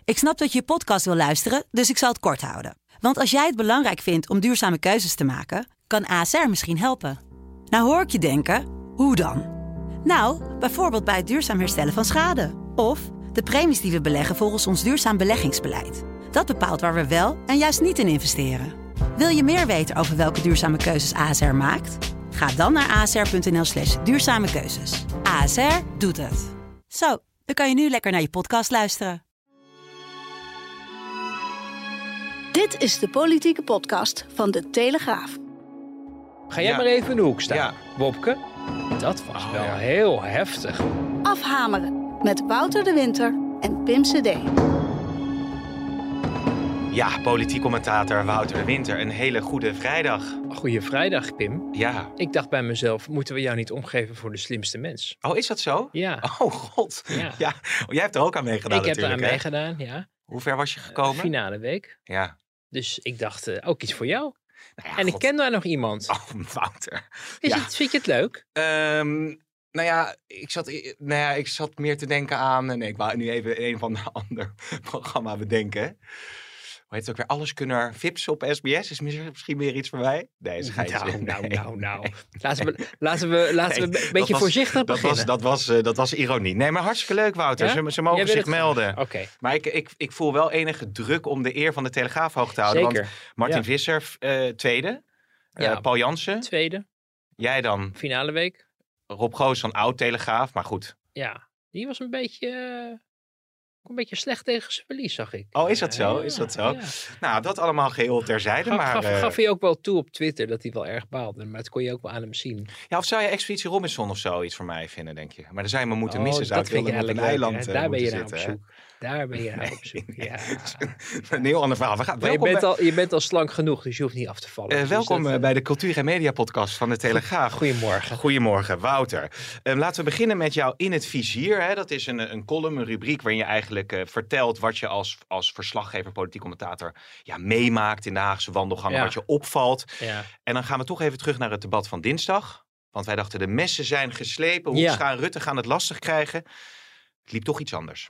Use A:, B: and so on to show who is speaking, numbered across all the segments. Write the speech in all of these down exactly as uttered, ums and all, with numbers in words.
A: Ik snap dat je je podcast wil luisteren, dus ik zal het kort houden. Want als jij het belangrijk vindt om duurzame keuzes te maken, kan A S R misschien helpen. Nou hoor ik je denken, hoe dan? Nou, bijvoorbeeld bij het duurzaam herstellen van schade. Of de premies die we beleggen volgens ons duurzaam beleggingsbeleid. Dat bepaalt waar we wel en juist niet in investeren. Wil je meer weten over welke duurzame keuzes A S R maakt? Ga dan naar asr.nl slash duurzame keuzes. A S R doet het. Zo, dan kan je nu lekker naar je podcast luisteren.
B: Dit is de politieke podcast van De Telegraaf.
C: Ga jij
D: Ja.
C: maar even in de hoek staan,
D: Ja.
C: Wopke. Dat was
D: Oh,
C: wel
D: ja.
C: heel heftig.
B: Afhameren met Wouter de Winter en Pim C D.
D: Ja, politiek commentator Wouter de Winter. Een hele goede vrijdag.
C: Goeie vrijdag, Pim.
D: Ja.
C: Ik dacht bij mezelf, moeten we jou niet omgeven voor de slimste mens?
D: Oh, is dat zo?
C: Ja,
D: Oh, god.
C: Ja.
D: Ja. Oh, jij hebt er ook aan meegedaan
C: ik heb er aan
D: natuurlijk, hè?
C: meegedaan, ja.
D: Hoe ver was je gekomen?
C: Finale week.
D: Ja.
C: Dus ik dacht, eh, ook iets voor jou.
D: Nou ja,
C: en ik
D: god.
C: ken daar nog iemand.
D: Oh, Wouter.
C: Is
D: ja.
C: het, vind je het leuk?
D: Ehm, nou ja, ik zat, nou ja, ik zat meer te denken aan... Nee, ik wou nu even een van de ander programma bedenken. Hoe heet het ook weer? Alleskunner Vips op S B S? Is misschien weer iets voor mij? Nee, is geen
C: Nou,
D: zin.
C: nou,
D: Nee.
C: nou, nou. Laten we, laten we, laten we
D: Nee,
C: een beetje
D: dat was-
C: voorzichtig
D: Dat
C: beginnen.
D: was, dat, was, eh, dat was ironie. Nee, maar hartstikke leuk, Wouter.
C: Ja?
D: Ze, ze
C: Jij
D: mogen
C: wil
D: zich
C: het
D: melden.
C: Oké,
D: Maar ik, ik, ik voel wel enige druk om de eer van de Telegraaf hoog te houden.
C: zeker.
D: Want Martin
C: Ja.
D: Visser, eh, tweede. Eh,
C: Ja.
D: Paul Jansen.
C: Tweede,
D: Jij dan.
C: finale week.
D: Rob Goos van oud-Telegraaf. Maar goed.
C: Ja, die was een beetje, eh, een beetje slecht tegen zijn verlies, zag ik.
D: Oh, is dat zo?
C: Ja,
D: Is dat zo?
C: ja.
D: Nou, dat allemaal geheel terzijde.
C: Gaf,
D: maar,
C: gaf,
D: eh,
C: gaf hij ook wel toe op Twitter dat hij wel erg baalde. Maar dat kon je ook wel aan hem zien.
D: ja, of zou je Expeditie Robinson of zo iets voor mij vinden, denk je? Maar dan zou je me moeten
C: Oh,
D: missen. Zou
C: dat
D: ik
C: vind je
D: willen op een
C: eigenlijk leuk,
D: eiland
C: hè?
D: eh,
C: Daar ben je
D: moeten
C: naar op
D: zitten, hè?
C: zoek. Daar ben je naar op zoek.
D: Nee,
C: Ja.
D: Een heel ander verhaal. We gaan,
C: Maar je,
D: welkom
C: bent
D: bij,
C: al, je bent al slank genoeg, dus je hoeft niet af te vallen.
D: eh,
C: Dus
D: welkom
C: dat,
D: eh, bij de Cultuur en Media podcast van de Telegraaf.
C: Goedemorgen.
D: Goedemorgen, Wouter. Uh, laten we beginnen met jou in het vizier. Hè. Dat is een, een column, een rubriek waarin je eigenlijk uh, vertelt wat je als, als verslaggever, politiek commentator ja, meemaakt in de Haagse wandelgangen,
C: Ja.
D: wat je opvalt.
C: Ja.
D: En dan gaan we toch even terug naar het debat van dinsdag. Want wij dachten de messen zijn geslepen, Hoekstra en Rutte gaan het lastig krijgen. Het liep toch iets anders.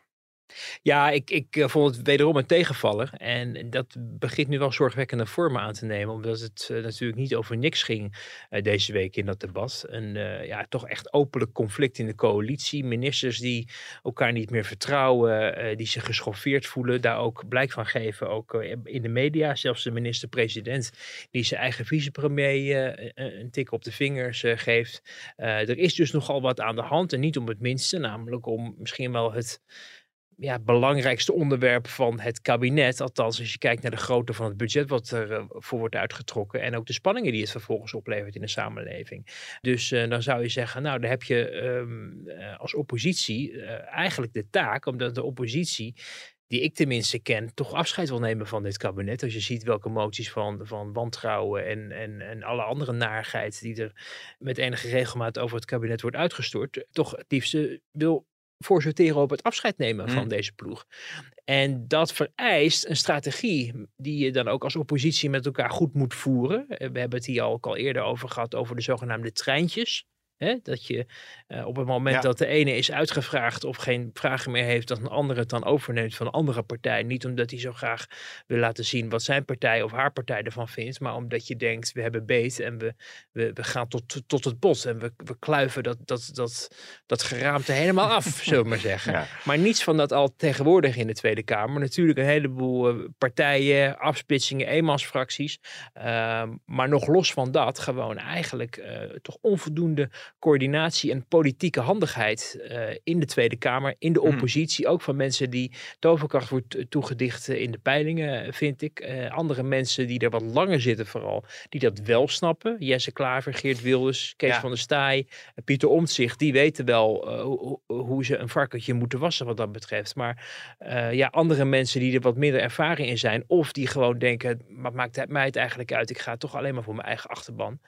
C: Ja, ik, ik uh, vond het wederom een tegenvaller. En dat begint nu wel zorgwekkende vormen aan te nemen. Omdat het uh, natuurlijk niet over niks ging uh, deze week in dat debat. Een uh, ja, toch echt openlijk conflict in de coalitie. Ministers die elkaar niet meer vertrouwen. Uh, die zich geschoffeerd voelen. Daar ook blijk van geven. Ook uh, in de media. Zelfs de minister-president die zijn eigen vicepremier uh, een tik op de vingers uh, geeft. Uh, er is dus nogal wat aan de hand. En niet om het minste. Namelijk om misschien wel het... ja, belangrijkste onderwerp van het kabinet. Althans, als je kijkt naar de grootte van het budget wat er uh, voor wordt uitgetrokken. En ook de spanningen die het vervolgens oplevert in de samenleving. Dus uh, dan zou je zeggen, nou, dan heb je um, uh, als oppositie uh, eigenlijk de taak, omdat de oppositie, die ik tenminste ken, toch afscheid wil nemen van dit kabinet. Als je ziet welke moties van, van wantrouwen en, en, en alle andere narigheid die er met enige regelmaat over het kabinet wordt uitgestort, toch het liefste wil voorsorteren op het afscheid nemen van
D: Hmm.
C: deze ploeg. En dat vereist een strategie die je dan ook als oppositie met elkaar goed moet voeren. We hebben het hier ook al eerder over gehad, over de zogenaamde treintjes. Hè? Dat je uh, op het moment
D: Ja.
C: dat de ene is uitgevraagd of geen vragen meer heeft, dat een andere het dan overneemt van een andere partij. Niet omdat hij zo graag wil laten zien wat zijn partij of haar partij ervan vindt, maar omdat je denkt, we hebben beet en we, we, we gaan tot, tot het bot en we, we kluiven dat, dat, dat, dat geraamte helemaal af, zullen we maar zeggen.
D: Ja.
C: Maar niets van dat al tegenwoordig in de Tweede Kamer. Natuurlijk een heleboel uh, partijen, afsplitsingen, eenmansfracties. Uh, maar nog los van dat, gewoon eigenlijk uh, toch onvoldoende coördinatie en politieke handigheid uh, in de Tweede Kamer, in de oppositie. Hmm. Ook van mensen die toverkracht wordt toegedicht in de peilingen, vind ik. Uh, andere mensen die er wat langer zitten vooral, die dat wel snappen. Jesse Klaver, Geert Wilders, Kees ja. van der Staaij, uh, Pieter Omtzigt, die weten wel uh, hoe, hoe ze een varkentje moeten wassen wat dat betreft. Maar uh, ja, andere mensen die er wat minder ervaring in zijn, of die gewoon denken, wat maakt mij het eigenlijk uit? Ik ga toch alleen maar voor mijn eigen achterban.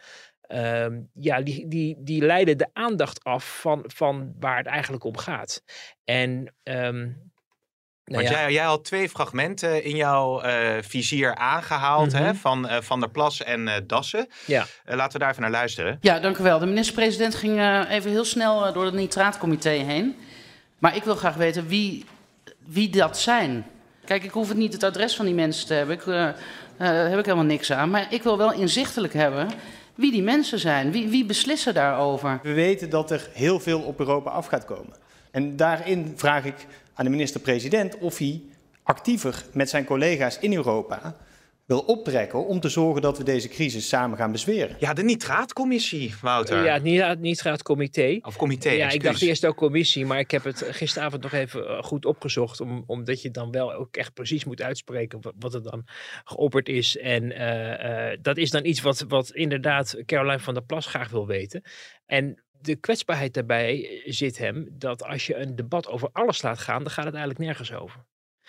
C: Um, ja, die, die, die leiden de aandacht af van, van waar het eigenlijk om gaat. En um,
D: Nou
C: ja.
D: jij, jij had twee fragmenten in jouw uh, vizier aangehaald, mm-hmm. hè, van uh, Van der Plas en uh, Dassen.
C: Ja.
D: Uh, laten we daar even naar luisteren.
E: Ja, dank u wel. De minister-president ging uh, even heel snel uh, door het nitraatcomité heen. Maar ik wil graag weten wie, wie dat zijn. Kijk, ik hoef het niet het adres van die mensen te hebben. Ik, uh, uh, daar heb ik helemaal niks aan. Maar ik wil wel inzichtelijk hebben wie die mensen zijn. Wie, wie beslissen daarover?
F: We weten dat er heel veel op Europa af gaat komen. En daarin vraag ik aan de minister-president of hij actiever met zijn collega's in Europa wil optrekken om te zorgen dat we deze crisis samen gaan bezweren.
D: Ja, de nitraatcommissie, Wouter.
C: Ja, het nitraatcomité.
D: Of comité,
C: Ja,
D: excuus.
C: ik dacht eerst ook commissie, maar ik heb het gisteravond nog even goed opgezocht, om, omdat je dan wel ook echt precies moet uitspreken wat, wat er dan geopperd is. En uh, uh, dat is dan iets wat, wat inderdaad Caroline van der Plas graag wil weten. En de kwetsbaarheid daarbij zit hem dat als je een debat over alles laat gaan, dan gaat het eigenlijk nergens over.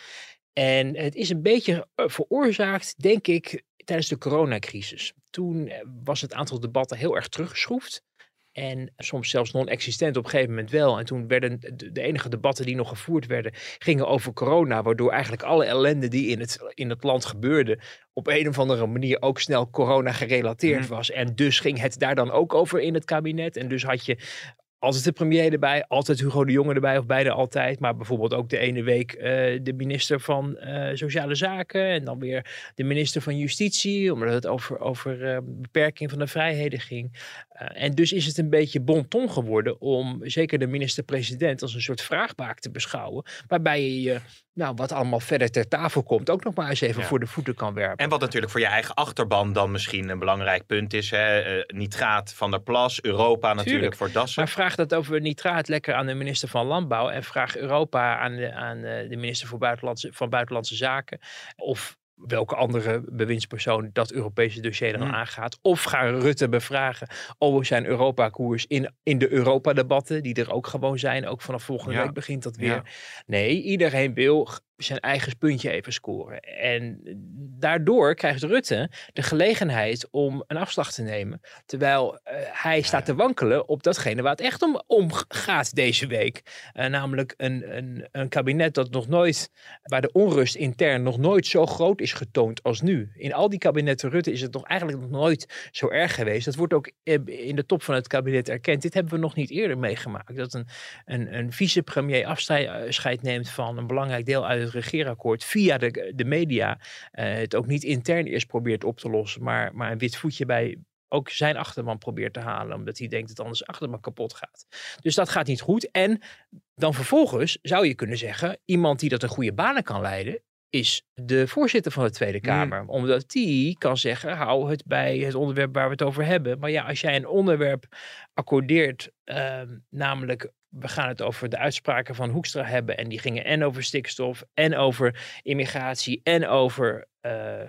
C: En het is een beetje veroorzaakt, denk ik, tijdens de coronacrisis. Toen was het aantal debatten heel erg teruggeschroefd. En soms zelfs non-existent op een gegeven moment wel. En toen werden de, de enige debatten die nog gevoerd werden, gingen over corona. Waardoor eigenlijk alle ellende die in het, in het land gebeurde, op een of andere manier ook snel corona gerelateerd
D: Mm.
C: was. En dus ging het daar dan ook over in het kabinet. En dus had je altijd de premier erbij, altijd Hugo de Jonge erbij, of beide altijd. Maar bijvoorbeeld ook de ene week uh, de minister van uh, Sociale Zaken. En dan weer de minister van Justitie, omdat het over, over uh, beperking van de vrijheden ging. Uh, en dus is het een beetje bon ton geworden om zeker de minister-president als een soort vraagbaak te beschouwen. Waarbij je je, nou, wat allemaal verder ter tafel komt, ook nog maar eens even
D: Ja.
C: voor de voeten kan werpen.
D: En wat natuurlijk voor je eigen achterban dan misschien een belangrijk punt is. Hè? Uh, nitraat van der Plas, Europa natuurlijk
C: Tuurlijk.
D: voor Dassen.
C: Maar vraag dat over nitraat lekker aan de minister van Landbouw. En vraag Europa aan de, aan de minister voor Buitenlandse, van Buitenlandse Zaken. Of welke andere bewindspersoon dat Europese dossier dan
D: Hmm.
C: aangaat. Of ga Rutte bevragen over zijn Europa-koers in, in de Europa-debatten. Die er ook gewoon zijn. Ook vanaf volgende
D: Ja.
C: week begint dat weer.
D: Ja.
C: Nee, iedereen wil zijn eigen puntje even scoren. En daardoor krijgt Rutte de gelegenheid om een afslag te nemen. Terwijl uh, hij staat te wankelen op datgene waar het echt om, om gaat deze week. Uh, namelijk een, een, een kabinet dat nog nooit, waar de onrust intern nog nooit zo groot is getoond als nu. In al die kabinetten Rutte is het nog eigenlijk nog nooit zo erg geweest. Dat wordt ook in de top van het kabinet erkend. Dit hebben we nog niet eerder meegemaakt. Dat een, een, een vicepremier afscheid neemt van een belangrijk deel uit het regeerakkoord via de, de media. Uh, het ook niet intern eerst probeert op te lossen, maar, maar een wit voetje bij ook zijn achterban probeert te halen, omdat hij denkt dat anders de achterban kapot gaat. Dus dat gaat niet goed. En dan vervolgens zou je kunnen zeggen, iemand die dat een goede banen kan leiden, is de voorzitter van de Tweede Kamer. Mm. Omdat die kan zeggen, hou het bij het onderwerp waar we het over hebben. Maar ja, als jij een onderwerp accordeert, uh, namelijk we gaan het over de uitspraken van Hoekstra hebben. En die gingen en over stikstof, en over immigratie, en over uh, uh,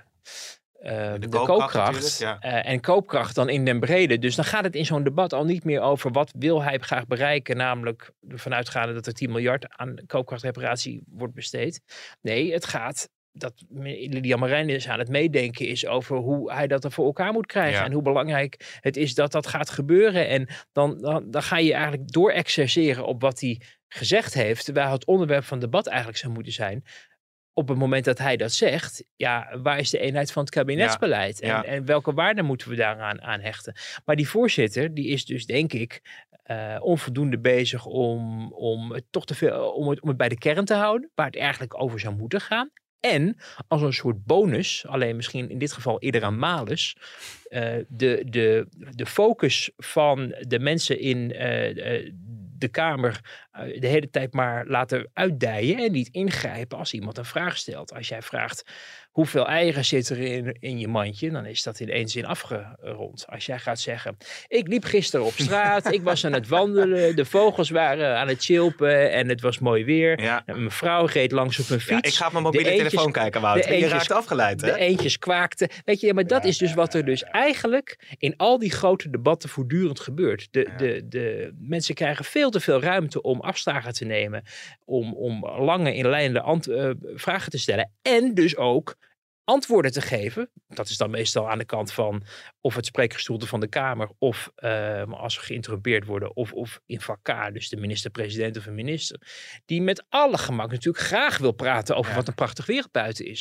C: de, de koopkracht. koopkracht ja. uh, en koopkracht dan in den brede. Dus dan gaat het in zo'n debat al niet meer over wat wil hij graag bereiken. Namelijk vanuitgaande dat er tien miljard aan koopkrachtreparatie wordt besteed. Nee, het gaat, dat Lilian Marijnissen aan het meedenken is over hoe hij dat er voor elkaar moet krijgen. Ja. En hoe belangrijk het is dat dat gaat gebeuren. En dan, dan, dan ga je eigenlijk door exerceren op wat hij gezegd heeft. Terwijl het onderwerp van debat eigenlijk zou moeten zijn. Op het moment dat hij dat zegt, ja, waar is de eenheid van het kabinetsbeleid? Ja, ja. En, en welke waarden moeten we daaraan aan hechten? Maar die voorzitter, die is dus denk ik uh, onvoldoende bezig om, om, het toch te veel, om, het, om het bij de kern te houden. Waar het eigenlijk over zou moeten gaan. En als een soort bonus, alleen misschien in dit geval eerder aan malus, uh, de, de, de focus van de mensen in uh, de Kamer uh, de hele tijd maar laten uitdijen en niet ingrijpen als iemand een vraag stelt. Als jij vraagt hoeveel eieren zitten er in, in je mandje, dan is dat in één zin afgerond. Als jij gaat zeggen, ik liep gisteren op straat, ik was aan het wandelen, de vogels waren aan het chilpen en het was mooi weer. Ja. Mijn vrouw reed langs op een fiets.
D: Ja, ik ga op mijn mobiele eentjes, telefoon kijken, Wouter. Eentjes, je raakt afgeleid, hè?
C: De eentjes kwaakten. Weet je, maar dat ja, is dus wat er dus eigenlijk in al die grote debatten voortdurend gebeurt. De, ja. de, de mensen krijgen veel te veel ruimte om afslagen te nemen, om, om lange inleidende ant- uh, vragen te stellen en dus ook antwoorden te geven. Dat is dan meestal aan de kant van of het spreekgestoelte van de Kamer of uh, als we geïnterrumpeerd worden of, of in vak K, dus de minister-president of een minister, die met alle gemak natuurlijk graag wil praten over ja. wat een prachtig weer buiten is.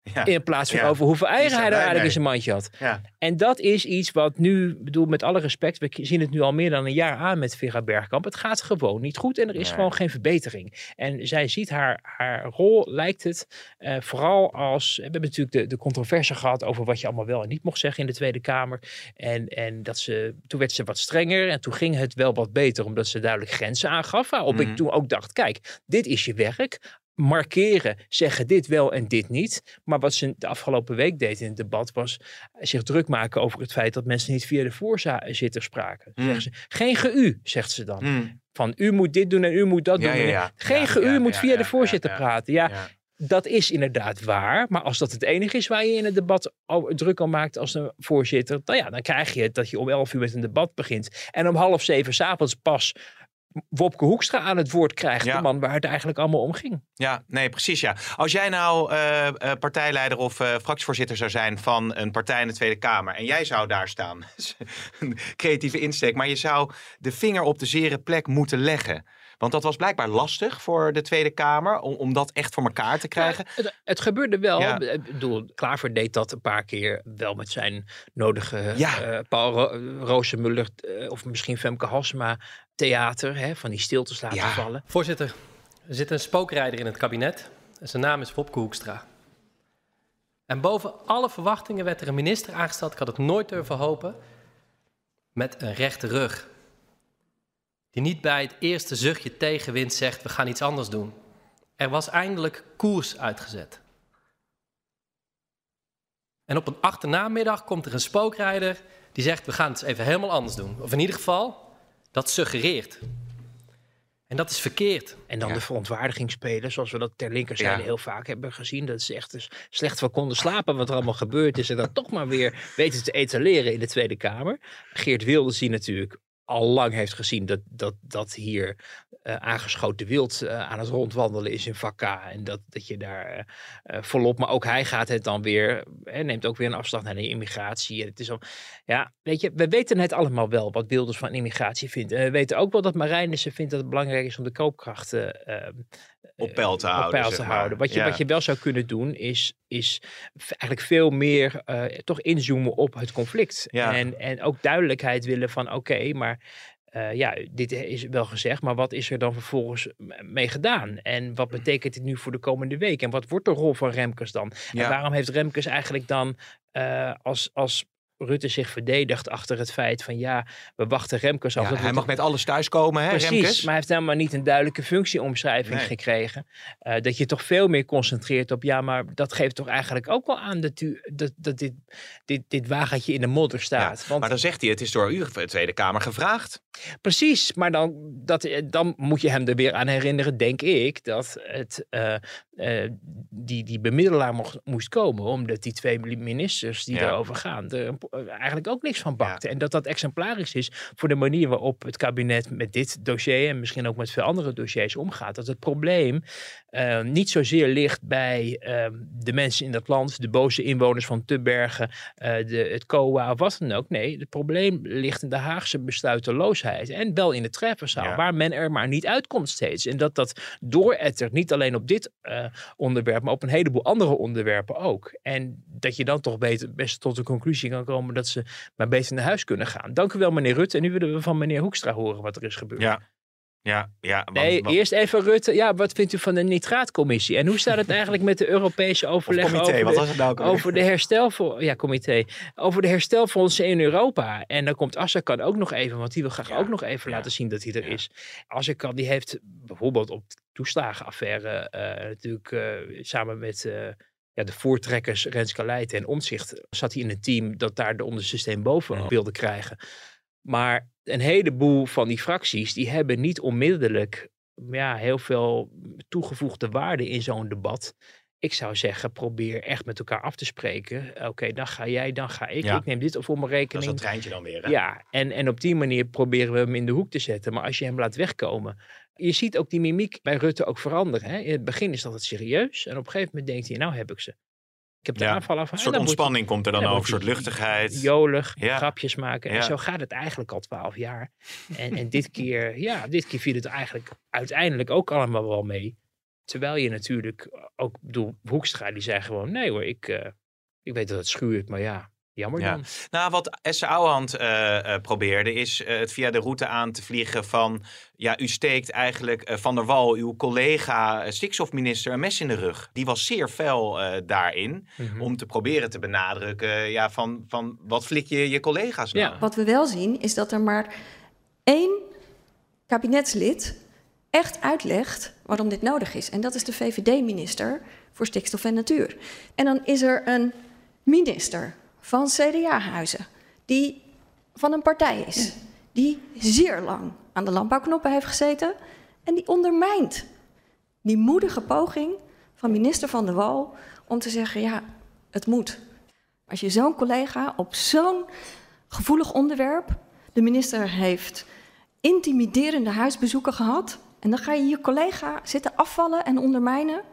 D: Ja.
C: In plaats van
D: Ja.
C: over hoeveel eieren
D: Die
C: hij er
D: zijn wij
C: eigenlijk in
D: mee.
C: zijn mandje had.
D: Ja.
C: En dat is iets wat nu, bedoel met alle respect, we zien het nu al meer dan een jaar aan met Vera Bergkamp. Het gaat gewoon niet goed en er is
D: Nee.
C: gewoon geen verbetering. En zij ziet haar, haar rol, lijkt het, uh, vooral als, we hebben natuurlijk de, de controverse gehad over wat je allemaal wel en niet mocht zeggen in de Tweede Kamer. En, en dat ze, toen werd ze wat strenger en toen ging het wel wat beter, omdat ze duidelijk grenzen aangaf. Waarop
D: Mhm.
C: ik toen ook dacht, kijk, dit is je werk. Markeren, zeggen dit wel en dit niet. Maar wat ze de afgelopen week deed in het debat was zich druk maken over het feit dat mensen niet via de voorzitter spraken.
D: Mm.
C: Zeggen ze, geen ge-u, zegt ze dan.
D: Mm.
C: Van u moet dit doen en u moet dat
D: Ja,
C: doen.
D: ja, ja.
C: Geen
D: Ja,
C: ge-u
D: ja,
C: moet
D: ja,
C: via
D: ja,
C: de voorzitter
D: ja, ja.
C: praten. Ja,
D: Ja.
C: dat is inderdaad waar. Maar als dat het enige is waar je in het debat druk al maakt als een voorzitter, nou ja, dan krijg je het dat je om elf uur met een debat begint en om half zeven 's avonds pas Wopke Hoekstra aan het woord krijgt.
D: Ja.
C: De man waar het eigenlijk allemaal om ging.
D: Ja, nee, precies ja. Als jij nou uh, uh, partijleider of uh, fractievoorzitter zou zijn van een partij in de Tweede Kamer en jij zou daar staan, een creatieve insteek, maar je zou de vinger op de zere plek moeten leggen. Want dat was blijkbaar lastig voor de Tweede Kamer, om, om dat echt voor elkaar te krijgen.
C: Ja, het, het gebeurde wel.
D: Ja.
C: Ik bedoel, Klaver deed dat een paar keer wel met zijn nodige
D: Ja.
C: uh, Paul Ro- Rozenmuller uh, of misschien Femke Halsema theater, hè, van die stiltes laten
D: Ja.
C: vallen.
G: Voorzitter, er zit een spookrijder in het kabinet. En zijn naam is Wopke Hoekstra. En boven alle verwachtingen werd er een minister aangesteld, ik had het nooit durven hopen, met een rechte rug. Die niet bij het eerste zuchtje tegenwind zegt, we gaan iets anders doen. Er was eindelijk koers uitgezet. En op een achternamiddag komt er een spookrijder die zegt, we gaan het eens even helemaal anders doen. Of in ieder geval, dat suggereert. En dat is verkeerd.
C: En dan
D: Ja.
C: de verontwaardiging spelen, zoals we dat ter linkerzijde
D: Ja.
C: heel vaak hebben gezien. Dat ze echt dus slecht van konden slapen wat er allemaal gebeurd is. En dat toch maar weer weten te etaleren in de Tweede Kamer. Geert Wilders die natuurlijk al lang heeft gezien dat, dat, dat hier uh, aangeschoten wild uh, aan het rondwandelen is in vak K. En dat, dat je daar uh, uh, volop, maar ook hij gaat het dan weer, uh, neemt ook weer een afslag naar de immigratie. En het is al, ja, weet je, we weten het allemaal wel wat Wilders van immigratie vindt. En we weten ook wel dat Marijnissen vindt dat het belangrijk is om de koopkrachten uh,
D: Op peil te
C: op
D: houden.
C: peil
D: zeg
C: te
D: maar.
C: houden. Wat je,
D: Ja.
C: wat je wel zou kunnen doen is, is eigenlijk veel meer uh, toch inzoomen op het conflict.
D: Ja.
C: En, en ook duidelijkheid willen van oké, okay, maar uh, ja, dit is wel gezegd, maar wat is er dan vervolgens mee gedaan? En wat betekent dit nu voor de komende week? En wat wordt de rol van Remkes dan?
D: Ja.
C: En waarom heeft Remkes eigenlijk dan uh, als... als Rutte zich verdedigt achter het feit van ja, we wachten Remkes af.
D: Ja,
C: dat
D: hij
C: we
D: mag met alles thuiskomen, hè,
C: Precies,
D: Remkes?
C: maar hij heeft helemaal niet een duidelijke functieomschrijving
D: Nee.
C: gekregen. Uh, dat je toch veel meer concentreert op ja, maar dat geeft toch eigenlijk ook wel aan dat, u, dat, dat dit, dit, dit wagentje in de modder staat.
D: Ja,
C: Want,
D: maar dan zegt hij, het is door u, de Tweede Kamer, gevraagd.
C: Precies, maar dan, dat, dan moet je hem er weer aan herinneren, denk ik, dat het, uh, uh, die, die bemiddelaar mocht, moest komen, omdat die twee ministers die
D: Ja.
C: daarover gaan, er eigenlijk ook niks van bakten. Ja. En dat dat exemplarisch is voor de manier waarop het kabinet met dit dossier en misschien ook met veel andere dossiers omgaat. Dat het probleem uh, niet zozeer ligt bij uh, de mensen in dat land, de boze inwoners van Tubbergen, uh, de, het C O A of wat dan ook. Nee, het probleem ligt in de Haagse besluiteloosheid en wel in de treffenzaal, ja. waar men er maar niet uitkomt steeds. En dat dat doorettert niet alleen op dit uh, onderwerp, maar op een heleboel andere onderwerpen ook. En dat je dan toch beter, best tot de conclusie kan komen dat ze maar beter naar huis kunnen gaan. Dank u wel, meneer Rutte. En nu willen we van meneer Hoekstra horen wat er is gebeurd.
D: Ja. Ja, ja. Want,
C: nee,
D: want...
C: eerst even Rutte. Ja, wat vindt u van de nitraatcommissie? En hoe staat het eigenlijk met de Europese overleg
D: comité,
C: over,
D: wat
C: de,
D: was het nou
C: over de herstelfondsen? Ja, comité. Over de herstelfondsen in Europa. En dan komt Azarkan ook nog even, want die wil graag ja, ook nog even ja, laten zien dat hij er ja. is. Azarkan die heeft bijvoorbeeld op de toeslagenaffaire uh, natuurlijk uh, samen met... Uh, Ja, de voortrekkers Renske Leijten en Omtzigt zat hij in een team dat daar de onderste steen boven ja. wilde krijgen. Maar een heleboel van die fracties die hebben niet onmiddellijk ja, heel veel toegevoegde waarde in zo'n debat. Ik zou zeggen, probeer echt met elkaar af te spreken. Oké, okay, dan ga jij, dan ga ik. Ja. Ik neem dit voor mijn rekening.
D: Dat is dat treintje dan weer, hè?
C: Ja, en, en op die manier proberen we hem in de hoek te zetten. Maar als je hem laat wegkomen... Je ziet ook die mimiek bij Rutte ook veranderen. Hè? In het begin is dat het serieus. En op een gegeven moment denkt hij, nou heb ik ze. Ik heb de
D: ja,
C: aanval af.
D: Een soort ontspanning komt er dan over, een soort luchtigheid.
C: Jolig,
D: ja.
C: grapjes maken. Ja. En zo gaat het eigenlijk al twaalf jaar. En, en dit keer, ja, dit keer viel het eigenlijk uiteindelijk ook allemaal wel mee. Terwijl je natuurlijk ook, bedoel, Hoekstra die zei gewoon, nee hoor, ik, uh, ik weet dat het schuurt, maar ja, jammer
D: ja.
C: dan.
D: Nou, wat Esther Ouwehand uh, uh, probeerde is uh, het via de route aan te vliegen van, ja, u steekt eigenlijk uh, Van der Wal, uw collega uh, stikstofminister, een mes in de rug. Die was zeer fel uh, daarin, mm-hmm. om te proberen te benadrukken, uh, ja, van, van wat flik je je collega's nou?
H: Ja. Wat we wel zien is dat er maar één kabinetslid echt uitlegt waarom dit nodig is. En dat is de V V D-minister voor Stikstof en Natuur. En dan is er een minister van C D A-huizen die van een partij is, die zeer lang aan de landbouwknoppen heeft gezeten en die ondermijnt die moedige poging van minister Van der Wal om te zeggen, ja, het moet. Als je zo'n collega op zo'n gevoelig onderwerp, de minister heeft intimiderende huisbezoeken gehad, en dan ga je je collega zitten afvallen en ondermijnen.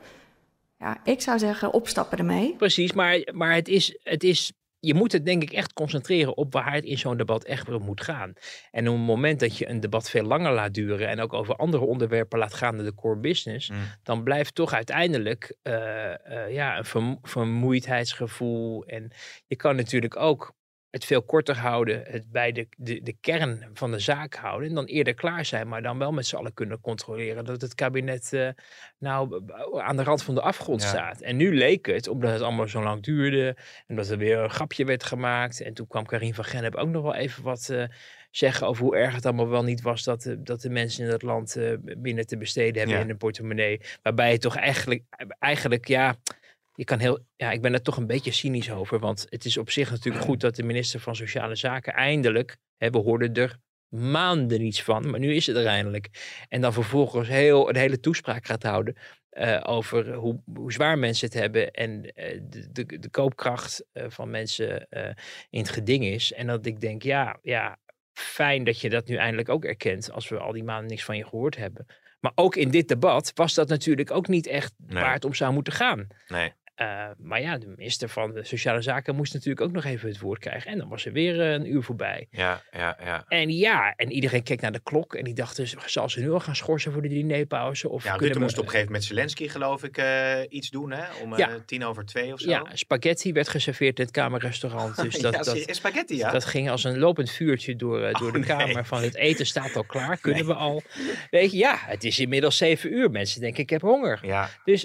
H: Ja, ik zou zeggen, opstappen ermee.
C: Precies, maar, maar het is, het is, je moet het denk ik echt concentreren op waar het in zo'n debat echt om moet gaan. En op het moment dat je een debat veel langer laat duren en ook over andere onderwerpen laat gaan dan de core business, mm. dan blijft toch uiteindelijk uh, uh, ja, een vermo- vermoeidheidsgevoel. En je kan natuurlijk ook het veel korter houden, het bij de, de, de kern van de zaak houden en dan eerder klaar zijn, maar dan wel met z'n allen kunnen controleren dat het kabinet uh, nou aan de rand van de afgrond ja. staat. En nu leek het, omdat het allemaal zo lang duurde en dat er weer een grapje werd gemaakt en toen kwam Karien van Gennep ook nog wel even wat uh, zeggen over hoe erg het allemaal wel niet was dat de, dat de mensen in het land uh, binnen te besteden hebben ja. in hun portemonnee, waarbij het toch eigenlijk, eigenlijk ja... Je kan heel, ja, ik ben er toch een beetje cynisch over, want het is op zich natuurlijk goed dat de minister van Sociale Zaken eindelijk, hè, we hoorden er maanden niets van, maar nu is het er eindelijk. En dan vervolgens heel, een hele toespraak gaat houden uh, over hoe, hoe zwaar mensen het hebben en uh, de, de, de koopkracht uh, van mensen uh, in het geding is. En dat ik denk, ja, ja, fijn dat je dat nu eindelijk ook erkent, als we al die maanden niks van je gehoord hebben. Maar ook in dit debat was dat natuurlijk ook niet echt nee. waar het om zou moeten gaan.
D: Nee.
C: Uh, maar ja, de minister van de Sociale Zaken moest natuurlijk ook nog even het woord krijgen. En dan was er weer uh, een uur voorbij.
D: Ja, ja, ja.
C: En ja, en iedereen keek naar de klok. En die dachten, zal ze nu al gaan schorsen voor de dinerpauze? Of
D: ja, Rutte we... moest op een gegeven moment Zelensky, geloof ik, uh, iets doen, hè? Om uh, ja. tien over twee of zo.
C: Ja, spaghetti werd geserveerd in het kamerrestaurant. Dus dat,
D: ja, dat, spaghetti, ja?
C: Dat ging als een lopend vuurtje door, uh, door oh, de nee. kamer. Van het eten staat al klaar, kunnen nee. we al? Weet je, ja, het is inmiddels zeven uur. Mensen denken, ik heb honger.
D: Ja.
C: Dus...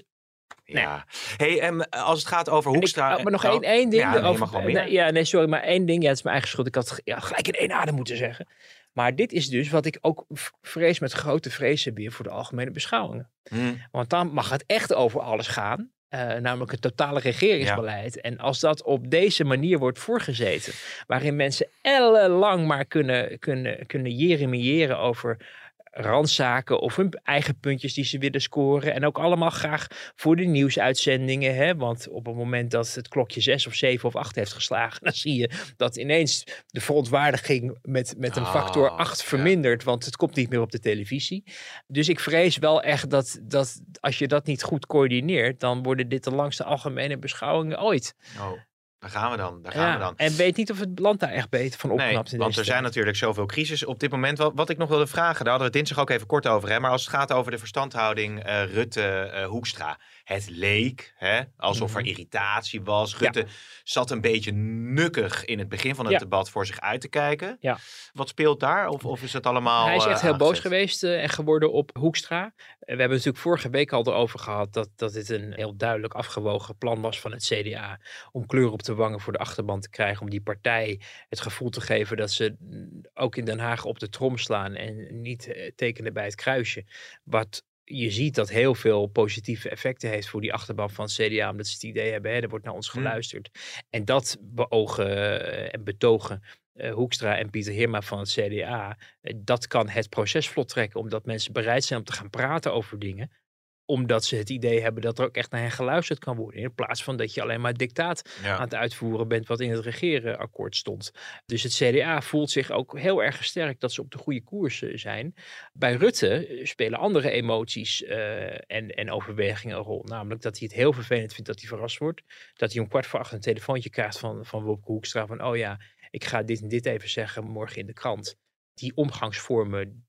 D: Ja. Nee. Hey, um, als het gaat over Hoekstra...
C: Ik, maar nog één, oh, één ding.
D: Ja, nee,
C: over, nee, ja, nee, sorry, maar één ding. Ja, het is mijn eigen schuld. Ik had ja, gelijk in één adem moeten zeggen. Maar dit is dus wat ik ook vrees met grote vrees heb weer voor de algemene beschouwingen. Hmm. Want dan mag het echt over alles gaan. Uh, namelijk het totale regeringsbeleid. Ja. En als dat op deze manier wordt voorgezeten, waarin mensen ellenlang maar kunnen, kunnen, kunnen jeremiëren over randzaken of hun eigen puntjes die ze willen scoren. En ook allemaal graag voor de nieuwsuitzendingen. Hè? Want op het moment dat het klokje zes of zeven of acht heeft geslagen, dan zie je dat ineens de verontwaardiging met, met een factor oh, acht vermindert. Ja. Want het komt niet meer op de televisie. Dus ik vrees wel echt dat, dat als je dat niet goed coördineert, dan worden dit de langste algemene beschouwingen ooit.
D: Oh. Daar gaan we dan. Daar gaan
C: ja,
D: we dan.
C: En weet niet of het land daar echt beter van opknapt.
D: Nee, want er zijn natuurlijk zoveel crisis op dit moment. Wat, wat ik nog wilde vragen, daar hadden we het dinsdag ook even kort over. Hè? Maar als het gaat over de verstandhouding uh, Rutte-Hoekstra. Uh, het leek hè, alsof mm-hmm. er irritatie was. Rutte ja. zat een beetje nukkig in het begin van het ja. debat voor zich uit te kijken. Ja. Wat speelt daar? Of, of is het allemaal
C: Hij is echt
D: uh,
C: heel boos geweest uh, en geworden op Hoekstra. Uh, we hebben natuurlijk vorige week al erover gehad dat, dat dit een heel duidelijk afgewogen plan was van het C D A om kleur op de wangen voor de achterban te krijgen, om die partij het gevoel te geven dat ze ook in Den Haag op de trom slaan en niet uh, tekenen bij het kruisje. Wat je ziet dat heel veel positieve effecten heeft voor die achterban van het C D A, omdat ze het idee hebben, hè, er wordt naar ons geluisterd. Hmm. En dat beogen uh, en betogen uh, Hoekstra en Pieter Heerma van het C D A, uh, dat kan het proces vlot trekken, omdat mensen bereid zijn om te gaan praten over dingen, omdat ze het idee hebben dat er ook echt naar hen geluisterd kan worden. In plaats van dat je alleen maar dictaat ja. aan het uitvoeren bent wat in het regeerakkoord stond. Dus het C D A voelt zich ook heel erg gesterkt dat ze op de goede koers zijn. Bij Rutte spelen andere emoties uh, en, en overwegingen een rol. Namelijk dat hij het heel vervelend vindt dat hij verrast wordt. Dat hij om kwart voor acht een telefoontje krijgt van, van Wopke Hoekstra. Van oh ja, ik ga dit en dit even zeggen morgen in de krant. Die omgangsvormen,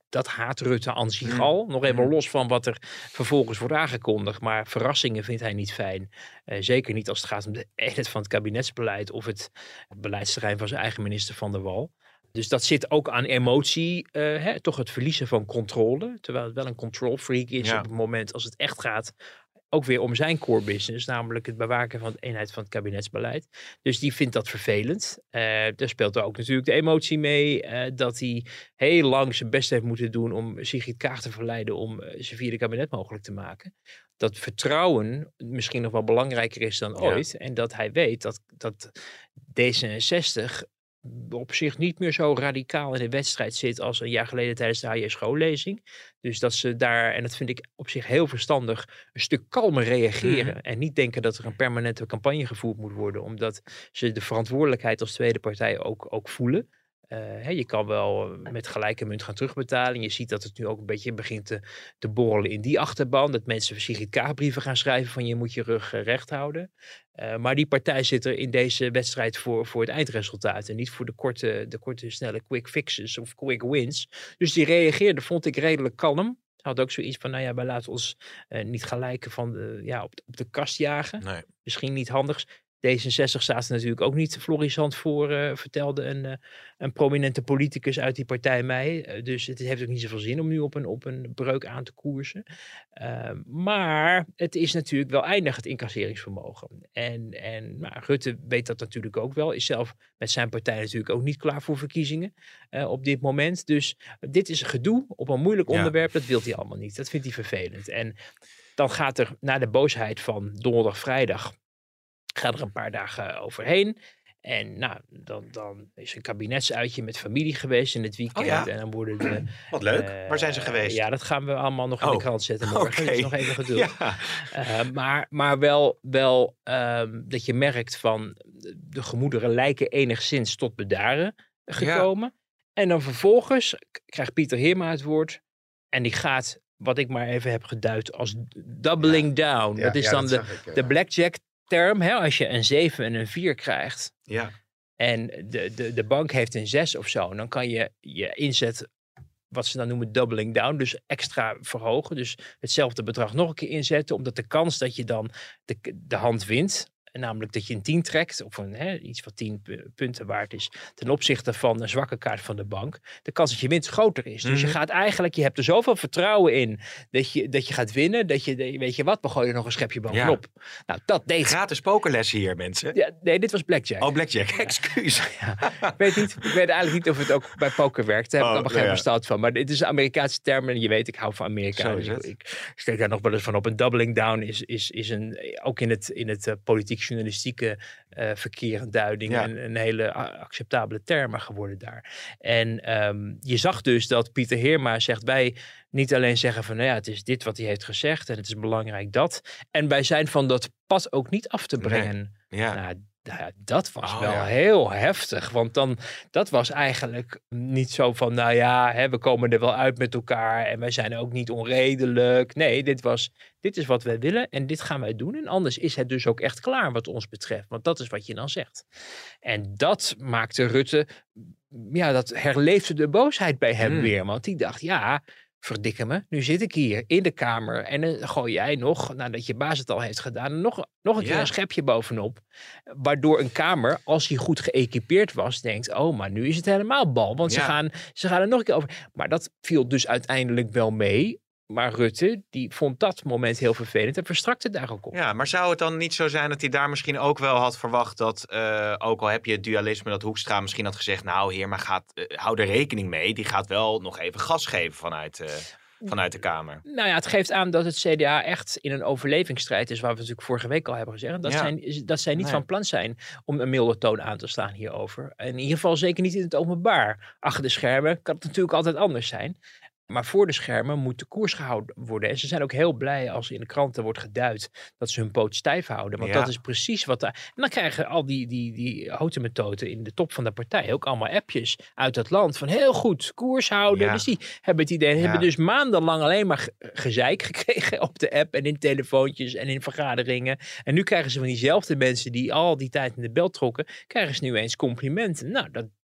C: dat haat Rutte aan zich
D: Mm.
C: al. Nog even
D: Mm.
C: los van wat er vervolgens wordt aangekondigd. Maar verrassingen vindt hij niet fijn. Uh, zeker niet als het gaat om de eenheid van het kabinetsbeleid of het, het beleidsterrein van zijn eigen minister Van der Wal. Dus dat zit ook aan emotie, uh, hè, toch het verliezen van controle. Terwijl het wel een control freak is
D: Ja.
C: op het moment als het echt gaat. Ook weer om zijn core business, namelijk het bewaken van de eenheid van het kabinetsbeleid. Dus die vindt dat vervelend. Uh, daar speelt er ook natuurlijk de emotie mee uh, dat hij heel lang zijn best heeft moeten doen om Sigrid Kaag te verleiden om uh, zijn vierde kabinet mogelijk te maken. Dat vertrouwen misschien nog wel belangrijker is dan
D: Ja.
C: ooit. En dat hij weet dat, dat D zesenzestig op zich niet meer zo radicaal in de wedstrijd zit als een jaar geleden tijdens de H J schollezing. Dus dat ze daar, en dat vind ik op zich heel verstandig, een stuk kalmer reageren.
D: Mhm.
C: En niet denken dat er een permanente campagne gevoerd moet worden, omdat ze de verantwoordelijkheid als tweede partij ook, ook voelen. Uh, hè, je kan wel met gelijke munt gaan terugbetalen. Je ziet dat het nu ook een beetje begint te, te borrelen in die achterban. Dat mensen Sigrid Kaag brieven gaan schrijven van je moet je rug uh, recht houden. Uh, maar die partij zit er in deze wedstrijd voor, voor het eindresultaat. En niet voor de korte, de korte snelle quick fixes of quick wins. Dus die reageerde, vond ik redelijk kalm. Hij had ook zoiets van, nou ja, wij laten ons uh, niet gelijk van de, ja, op, de, op de kast jagen.
D: Nee.
C: Misschien niet handig. D zesenzestig staat er natuurlijk ook niet florissant voor, uh, vertelde een, uh, een prominente politicus uit die partij mij. Uh, dus het heeft ook niet zoveel zin om nu op een, op een breuk aan te koersen. Uh, maar het is natuurlijk wel eindig het incasseringsvermogen. En, en nou, Rutte weet dat natuurlijk ook wel. Is zelf met zijn partij natuurlijk ook niet klaar voor verkiezingen uh, op dit moment. Dus dit is een gedoe op een moeilijk onderwerp. Ja. Dat wil hij allemaal niet. Dat vindt hij vervelend. En dan gaat er na de boosheid van donderdag, vrijdag, gaat er een paar dagen overheen. En nou, dan, dan is een kabinetsuitje met familie geweest in het weekend.
D: Oh ja.
C: En dan worden de...
D: Wat leuk.
C: Uh,
D: Waar zijn ze geweest?
C: Ja, dat gaan we allemaal nog in
D: oh.
C: de krant zetten morgen.
D: Okay.
C: Dus nog even geduld.
D: Ja.
C: Uh, maar, maar wel, wel um, dat je merkt van de gemoederen lijken enigszins tot bedaren gekomen. Ja. En dan vervolgens krijgt Pieter Heerma het woord. En die gaat, wat ik maar even heb geduid als doubling ja. down.
D: Ja,
C: dat is
D: ja,
C: dan
D: dat
C: de,
D: ik, ja.
C: de blackjack term, hè, als je een zeven en een vier krijgt.
D: Ja.
C: En de, de, de bank heeft een zes of zo. Dan kan je je inzet, wat ze dan noemen doubling down, dus extra verhogen. Dus hetzelfde bedrag nog een keer inzetten, omdat de kans dat je dan de, de hand wint, namelijk dat je een tien trekt, of een, hè, iets wat tien punten waard is, ten opzichte van een zwakke kaart van de bank, de kans dat je wint groter is. Dus mm-hmm. je gaat eigenlijk, je hebt er zoveel vertrouwen in, dat je, dat je gaat winnen, dat je, weet je wat, we gooien er nog een schepje bovenop. Ja. Nou, dat deed...
D: Gratis pokerlessen hier, mensen.
C: Ja, nee, dit was blackjack.
D: Oh, blackjack, excuus.
C: Ja. Ik weet niet, ik weet eigenlijk niet of het ook bij poker werkt. Daar heb ik oh, nog geen ja. verstand van. Maar dit is een Amerikaanse term en je weet, ik hou van Amerika. Dus ik, ik steek daar nog wel eens van op. Een doubling down is, is, is een, ook in het, in het uh, politiek journalistieke uh, verkeer en duiding ja. een, een hele acceptabele term geworden daar. En um, je zag dus dat Pieter Heerma zegt, wij niet alleen zeggen van, nou ja, het is dit wat hij heeft gezegd en het is belangrijk dat. En wij zijn van dat pad ook niet af te brengen.
D: Nee. Ja.
C: Nou, ja, dat was
D: oh,
C: wel
D: ja.
C: heel heftig. Want dan, dat was eigenlijk niet zo van, nou ja, hè, we komen er wel uit met elkaar en wij zijn ook niet onredelijk. Nee, dit was, dit is wat wij willen en dit gaan wij doen. En anders is het dus ook echt klaar wat ons betreft. Want dat is wat je dan zegt. En dat maakte Rutte, ja, dat herleefde de boosheid bij hem hmm. weer. Want die dacht, ja, verdikke me, nu zit ik hier in de Kamer en dan gooi jij nog, nadat je baas het al heeft gedaan, nog, nog een keer ja. een schepje bovenop. Waardoor een Kamer, als hij goed geëquipeerd was, denkt, oh, maar nu is het helemaal bal. Want ja. ze, gaan, ze gaan er nog een keer over. Maar dat viel dus uiteindelijk wel mee. Maar Rutte, die vond dat moment heel vervelend en verstrakte daar ook op.
D: Ja, maar zou het dan niet zo zijn dat hij daar misschien ook wel had verwacht dat, uh, ook al heb je het dualisme, dat Hoekstra misschien had gezegd, nou heer, maar gaat, uh, hou er rekening mee. Die gaat wel nog even gas geven vanuit, uh, vanuit de Kamer.
C: Nou ja, het geeft aan dat het C D A echt in een overlevingsstrijd is, waar we natuurlijk vorige week al hebben gezegd. Dat, ja. zijn, dat zij niet nee. van plan zijn om een milde toon aan te slaan hierover. In ieder geval zeker niet in het openbaar. Achter de schermen kan het natuurlijk altijd anders zijn. Maar voor de schermen moet de koers gehouden worden. En ze zijn ook heel blij als in de kranten wordt geduid dat ze hun poot stijf houden. Want ja. dat is precies wat daar... En dan krijgen al die, die, die hotemetoten in de top van de partij ook allemaal appjes uit het land. Van heel goed, koers houden. Ja. Dus die hebben het idee, ja. hebben dus maandenlang alleen maar gezeik gekregen op de app en in telefoontjes en in vergaderingen. En nu krijgen ze van diezelfde mensen die al die tijd in de bel trokken, krijgen ze nu eens complimenten. Nou, dat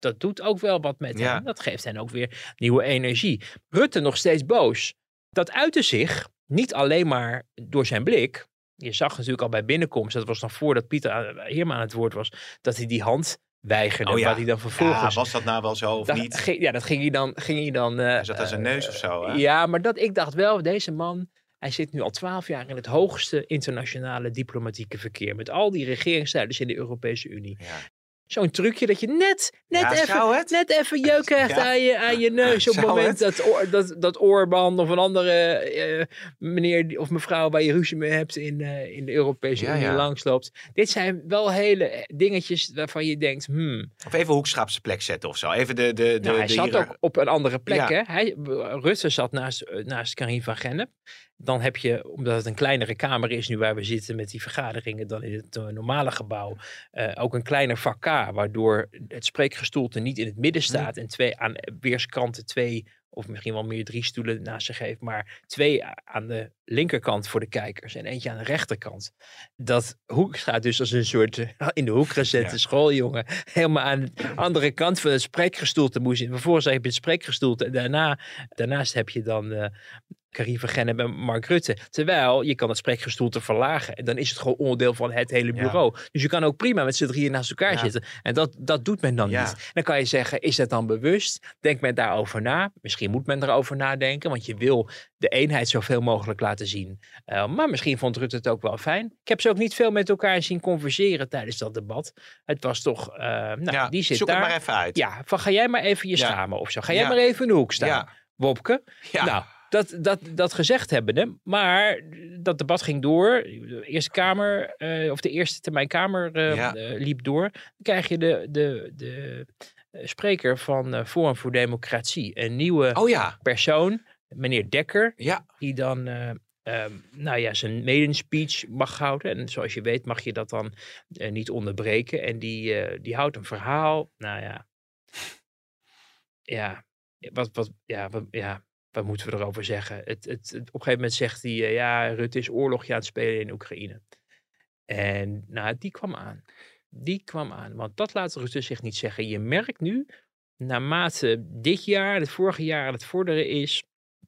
C: dat doet ook wel wat met
D: Ja.
C: hem. Dat geeft hen ook weer nieuwe energie. Rutte nog steeds boos. Dat uitte zich niet alleen maar door zijn blik. Je zag natuurlijk al bij binnenkomst, dat was nog voordat Pieter Heerma aan het woord was, dat hij die hand weigerde.
D: Oh ja.
C: Wat hij dan vervolgens...
D: Ja, was dat nou wel zo of
C: dat,
D: niet?
C: ging, ja, dat ging hij dan... Ging hij dan uh,
D: Hij zat aan zijn neus of zo, hè?
C: Ja, maar dat, ik dacht wel, deze man, hij zit nu al twaalf jaar in het hoogste internationale diplomatieke verkeer. Met al die regeringsleiders in de Europese Unie.
D: Ja.
C: Zo'n trucje dat je net, net,
D: Ja, zou
C: even,
D: het?
C: net even jeuk krijgt
D: Ja.
C: aan, je, aan je neus. Op het
D: Zou
C: moment
D: het?
C: dat, Or- dat, dat Orbán of een andere uh, meneer die- of mevrouw waar je ruzie mee hebt in, uh, in de Europese
D: Ja,
C: Unie
D: ja.
C: langsloopt. Dit zijn wel hele dingetjes waarvan je denkt, hmm.
D: Of even Hoekstra op zijn plek zetten of zo. Even de... de, de
C: Nou, hij
D: de
C: zat
D: hier-
C: ook op een andere plek.
D: Ja.
C: Hè? Hij, Rutte zat naast, naast Karine van Gennep. Dan heb je, omdat het een kleinere kamer is nu waar we zitten met die vergaderingen dan in het uh, normale gebouw, uh, ook een kleiner vak K, waardoor het spreekgestoelte niet in het midden staat en twee aan weerskanten twee of misschien wel meer drie stoelen naast zich heeft, maar twee aan de linkerkant voor de kijkers en eentje aan de rechterkant. Dat Hoekstra dus als een soort uh, in de hoek gezette
D: Ja.
C: schooljongen helemaal aan de andere kant van het spreekgestoelte moest zitten. Vervolgens heb je het spreekgestoelte en daarna, daarnaast heb je dan uh, Karine van Gennep en Mark Rutte. Terwijl je kan het spreekgestoelte verlagen en dan is het gewoon onderdeel van het hele bureau. Ja. Dus je kan ook prima met z'n drieën naast elkaar ja. zitten. En dat, dat doet men dan ja. niet. Dan kan je zeggen, is dat dan bewust? Denkt men daarover na? Misschien moet men erover nadenken, want je wil de eenheid zoveel mogelijk laten zien. Uh, maar misschien vond Rutte het ook wel fijn. Ik heb ze ook niet veel met elkaar zien converseren tijdens dat debat. Het was toch, uh, nou,
D: ja,
C: die zit
D: zoek
C: daar.
D: het maar even uit.
C: Ja, van ga jij maar even je
D: ja.
C: schamen of zo. Ga jij
D: ja.
C: maar even in de hoek staan,
D: ja.
C: Wopke.
D: Ja.
C: Nou, Dat, dat, dat gezegd hebbende, maar dat debat ging door. De Eerste Kamer, uh, of de Eerste Termijn Kamer uh,
D: ja.
C: uh, liep door. Dan krijg je de, de, de uh, spreker van uh, Forum voor Democratie. Een nieuwe
D: oh, ja.
C: persoon, meneer Dekker.
D: Ja.
C: Die dan uh, uh, nou ja, zijn maiden speech mag houden. En zoals je weet mag je dat dan uh, niet onderbreken. En die, uh, die houdt een verhaal. Nou ja. Ja. Wat, wat, ja, wat, ja. Wat moeten we erover zeggen? Het, het, het, op een gegeven moment zegt hij, uh, ja, Rutte is oorlogje aan het spelen in Oekraïne. En nou, die kwam aan. Die kwam aan. Want dat laat Rutte zich niet zeggen. Je merkt nu, naarmate dit jaar, het vorige jaar aan het vorderen is,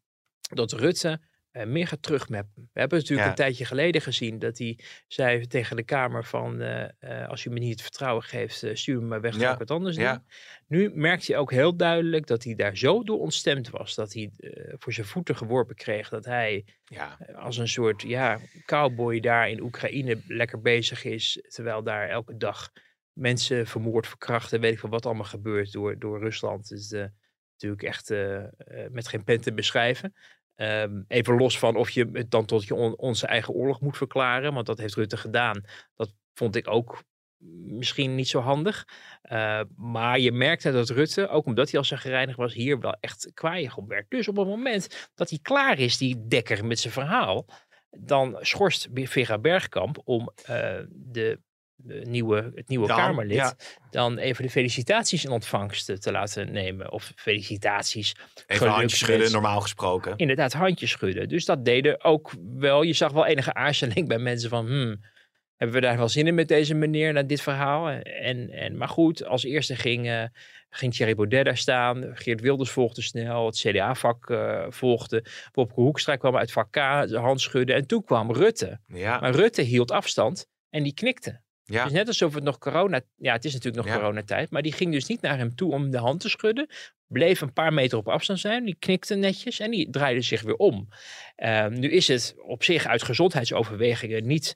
C: dat Rutte uh, meer gaat terugmappen. We hebben natuurlijk ja. een tijdje geleden gezien dat hij zei tegen de Kamer van, uh, uh, als u me niet het vertrouwen geeft, uh, stuur me maar weg, ga
D: ja.
C: ik wat anders
D: ja.
C: doen. Nu merkt hij ook heel duidelijk dat hij daar zo door ontstemd was, dat hij uh, voor zijn voeten geworpen kreeg, dat hij
D: ja.
C: uh, als een soort ja, cowboy daar in Oekraïne lekker bezig is, terwijl daar elke dag mensen vermoord, verkrachten, weet ik veel wat allemaal gebeurt door, door Rusland. Het is uh, natuurlijk echt uh, uh, met geen pen te beschrijven. Um, even los van of je het dan tot je on, onze eigen oorlog moet verklaren, want dat heeft Rutte gedaan. Dat vond ik ook misschien niet zo handig. Uh, maar je merkte dat Rutte, ook omdat hij al zo gereinigd was, hier wel echt kwaaiig op werd. Dus op het moment dat hij klaar is, die Dekker met zijn verhaal, dan schorst Vera Bergkamp om uh, de, de nieuwe, het nieuwe dan, Kamerlid ja. dan even de felicitaties in ontvangst te, te laten nemen. Of felicitaties.
D: Even handjes schudden, normaal gesproken.
C: Inderdaad, handjes schudden. Dus dat deden ook wel, je zag wel enige aarzeling bij mensen van, hmm, hebben we daar wel zin in met deze meneer, naar dit verhaal? En, en, maar goed, als eerste ging, uh, ging Thierry Baudet daar staan. Geert Wilders volgde snel. Het C D A-vak uh, volgde. Wopke Hoekstra kwam uit vak K, de hand schudden. En toen kwam Rutte.
D: Ja.
C: Maar Rutte hield afstand en die knikte.
D: Ja.
C: Dus net alsof het nog corona... Ja, het is natuurlijk nog
D: ja.
C: coronatijd. Maar die ging dus niet naar hem toe om de hand te schudden. Bleef een paar meter op afstand zijn. Die knikte netjes en die draaide zich weer om. Uh, nu is het op zich uit gezondheidsoverwegingen niet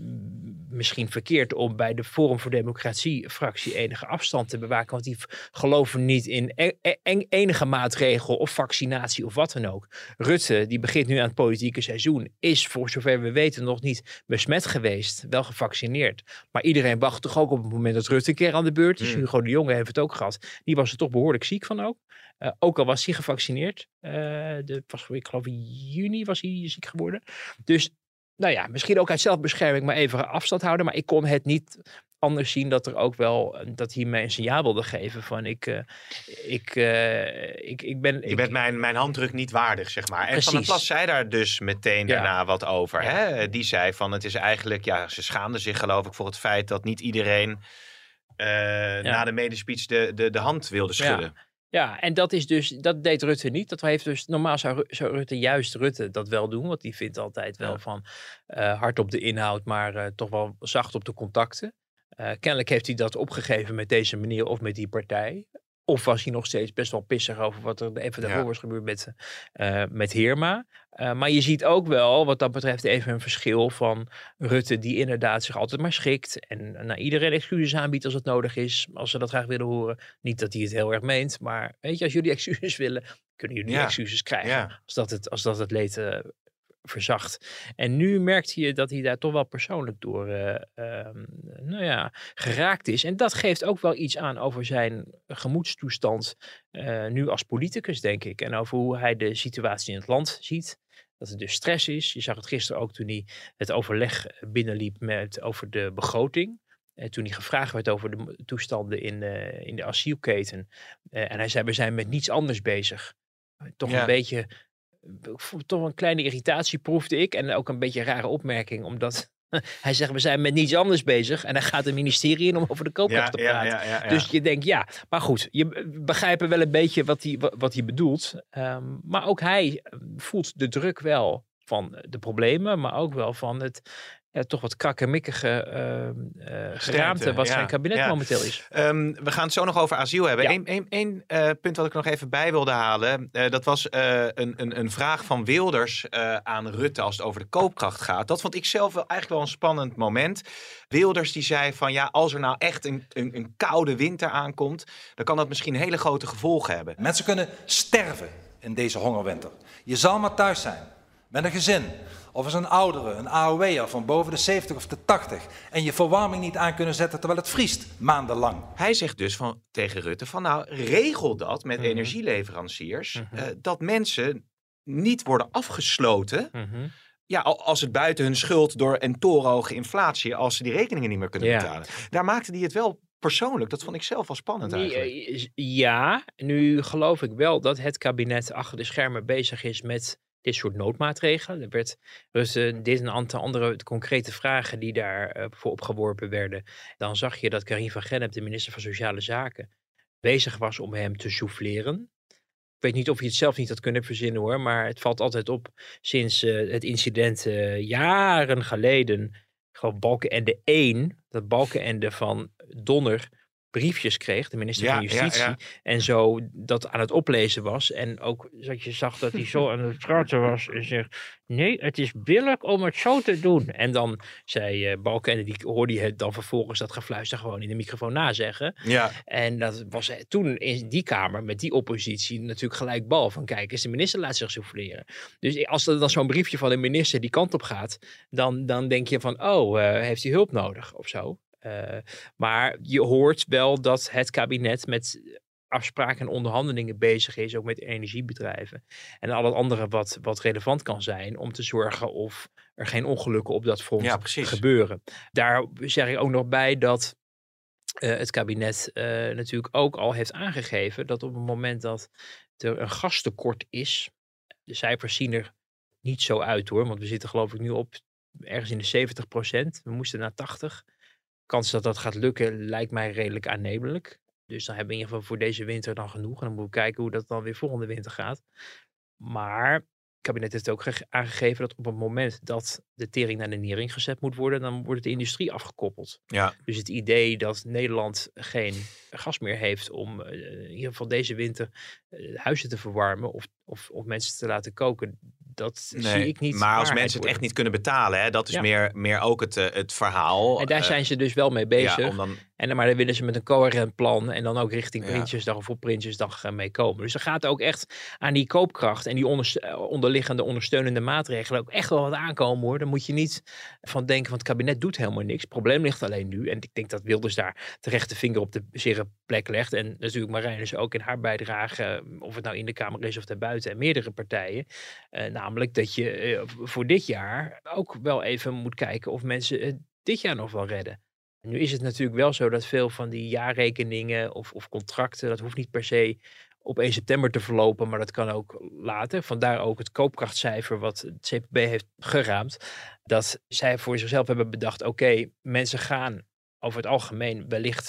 C: m- misschien verkeerd om bij de Forum voor Democratie fractie enige afstand te bewaken. Want die geloven niet in e- e- enige maatregel of vaccinatie of wat dan ook. Rutte, die begint nu aan het politieke seizoen, is voor zover we weten nog niet besmet geweest. Wel gevaccineerd. Maar iedereen wacht toch ook op het moment dat Rutte een keer aan de beurt is. Mm. Hugo de Jonge heeft het ook gehad. Die was er toch behoorlijk ziek van ook. Uh, ook al was hij gevaccineerd. Uh, de, was, ik geloof in juni was hij ziek geworden. Dus nou ja, misschien ook uit zelfbescherming maar even afstand houden. Maar ik kon het niet anders zien dat er ook wel, dat hij mij een signaal wilde geven van ik, uh, ik, uh, ik, ik ben...
D: Je
C: ik,
D: bent mijn, mijn handdruk niet waardig, zeg maar. En
C: precies.
D: Van der Plas zei daar dus meteen
C: ja.
D: daarna wat over.
C: Ja.
D: Hè? Die zei van het is eigenlijk, ja, ze schaamde zich geloof ik voor het feit dat niet iedereen uh, ja. na de medespeech de, de, de hand wilde schudden.
C: Ja. Ja, en dat is dus, dat deed Rutte niet. Dat heeft dus, normaal zou, zou Rutte juist Rutte dat wel doen. Want die vindt altijd wel ja. van uh, hard op de inhoud, maar uh, toch wel zacht op de contacten. Uh, kennelijk heeft hij dat opgegeven met deze manier of met die partij. Of was hij nog steeds best wel pissig over wat er even daarvoor ja. was gebeurd met, uh, met Heerma. Uh, maar je ziet ook wel, wat dat betreft, even een verschil van Rutte, die inderdaad zich altijd maar schikt. En naar iedereen excuses aanbiedt als het nodig is. Als ze dat graag willen horen. Niet dat hij het heel erg meent. Maar weet je, als jullie excuses willen, kunnen jullie ja. excuses krijgen. Ja. Als, dat het, als dat het leed uh, verzacht. En nu merkt je dat hij daar toch wel persoonlijk door uh, uh, nou ja, geraakt is. En dat geeft ook wel iets aan over zijn gemoedstoestand uh, nu als politicus, denk ik. En over hoe hij de situatie in het land ziet. Dat het dus stress is. Je zag het gisteren ook toen hij het overleg binnenliep met, over de begroting. En toen hij gevraagd werd over de toestanden in, uh, in de asielketen. Uh, en hij zei, we zijn met niets anders bezig. Toch ja. een beetje... Toch een kleine irritatie proefde ik. En ook een beetje een rare opmerking. Omdat hij zegt, we zijn met niets anders bezig. En dan gaat het ministerie in om over de koopkracht ja, te praten. Ja, ja, ja, ja. Dus je denkt, ja. Maar goed, je begrijpt wel een beetje wat hij, wat hij bedoelt. Um, maar ook hij voelt de druk wel van de problemen. Maar ook wel van het... Ja, toch wat krakkemikkige uh, uh, geraamte wat ja, zijn kabinet ja. momenteel is.
D: Um, we gaan het zo nog over asiel hebben.
C: Ja.
D: Eén één, één, uh, punt wat ik nog even bij wilde halen. Uh, dat was uh, een, een, een vraag van Wilders uh, aan Rutte als het over de koopkracht gaat. Dat vond ik zelf wel eigenlijk wel een spannend moment. Wilders die zei van ja, als er nou echt een, een, een koude winter aankomt, dan kan dat misschien hele grote gevolgen hebben.
I: Mensen kunnen sterven in deze hongerwinter. Je zal maar thuis zijn met een gezin. Of als een oudere, een A O W'er van boven de zeventig of de tachtig. En je verwarming niet aan kunnen zetten terwijl het vriest, maandenlang.
D: Hij zegt dus van, tegen Rutte van nou, regel dat met mm-hmm. energieleveranciers. Mm-hmm. Uh, dat mensen niet worden afgesloten. Mm-hmm. Ja, als het buiten hun schuld door en torenhoge inflatie, als ze die rekeningen niet meer kunnen ja. betalen. Daar maakte hij het wel persoonlijk. Dat vond ik zelf wel spannend eigenlijk.
C: Ja, nu geloof ik wel dat het kabinet achter de schermen bezig is met dit soort noodmaatregelen. Er werd dus uh, dit en een aantal andere concrete vragen die daar uh, voor opgeworpen werden. Dan zag je dat Karine van Gennep, de minister van Sociale Zaken, bezig was om hem te souffleren. Ik weet niet of je het zelf niet had kunnen verzinnen hoor, maar het valt altijd op sinds uh, het incident uh, jaren geleden, gewoon Balkenende één, dat Balkenende van Donner briefjes kreeg, de minister ja, van Justitie, ja, ja. en zo dat aan het oplezen was. En ook dat je zag dat hij zo aan het praten was en zegt, nee, het is billig om het zo te doen. En dan zei uh, Balkenende, die hoorde je dan vervolgens dat gefluister gewoon in de microfoon nazeggen.
D: Ja.
C: En dat was toen in die Kamer met die oppositie natuurlijk gelijk bal van kijk, eens de minister laat zich souffleren. Dus als er dan zo'n briefje van de minister die kant op gaat, dan, dan denk je van, oh, uh, heeft hij hulp nodig of zo? Uh, maar je hoort wel dat het kabinet met afspraken en onderhandelingen bezig is, ook met energiebedrijven. En al het andere wat, wat relevant kan zijn om te zorgen of er geen ongelukken op dat front
D: ja,
C: gebeuren. Daar zeg ik ook nog bij dat uh, het kabinet uh, natuurlijk ook al heeft aangegeven dat op het moment dat er een gastekort is, de cijfers zien er niet zo uit hoor, want we zitten geloof ik nu op ergens in de zeventig procent. We moesten naar tachtig. Kans dat dat gaat lukken lijkt mij redelijk aannemelijk. Dus dan hebben we in ieder geval voor deze winter dan genoeg. En dan moeten we kijken hoe dat dan weer volgende winter gaat. Maar het kabinet heeft ook aangegeven dat op het moment dat de tering naar de nering gezet moet worden, dan wordt de industrie afgekoppeld.
D: Ja.
C: Dus het idee dat Nederland geen gas meer heeft om uh, in ieder geval deze winter uh, huizen te verwarmen of, of, of mensen te laten koken, dat
D: nee,
C: zie ik niet.
D: Maar als mensen het worden. echt niet kunnen betalen, hè, dat is ja. meer, meer ook het, uh, het verhaal.
C: En daar uh, zijn ze dus wel mee bezig. Ja, dan... En maar dan willen ze met een coherent plan en dan ook richting ja. Prinsjesdag of op Prinsjesdag uh, mee komen. Dus er gaat ook echt aan die koopkracht en die onder, onderliggende ondersteunende maatregelen ook echt wel wat aankomen hoor. Daar moet je niet van denken, want het kabinet doet helemaal niks. Het probleem ligt alleen nu. En ik denk dat Wilders daar terecht de vinger op de zere plek legt. En natuurlijk Marijnissen ook in haar bijdrage, of het nou in de Kamer is of daarbuiten en meerdere partijen. Uh, namelijk dat je uh, voor dit jaar ook wel even moet kijken of mensen uh, dit jaar nog wel redden. Nu is het natuurlijk wel zo dat veel van die jaarrekeningen of, of contracten, dat hoeft niet per se op één september te verlopen, maar dat kan ook later. Vandaar ook het koopkrachtcijfer wat het C P B heeft geraamd. Dat zij voor zichzelf hebben bedacht, oké, okay, mensen gaan over het algemeen wellicht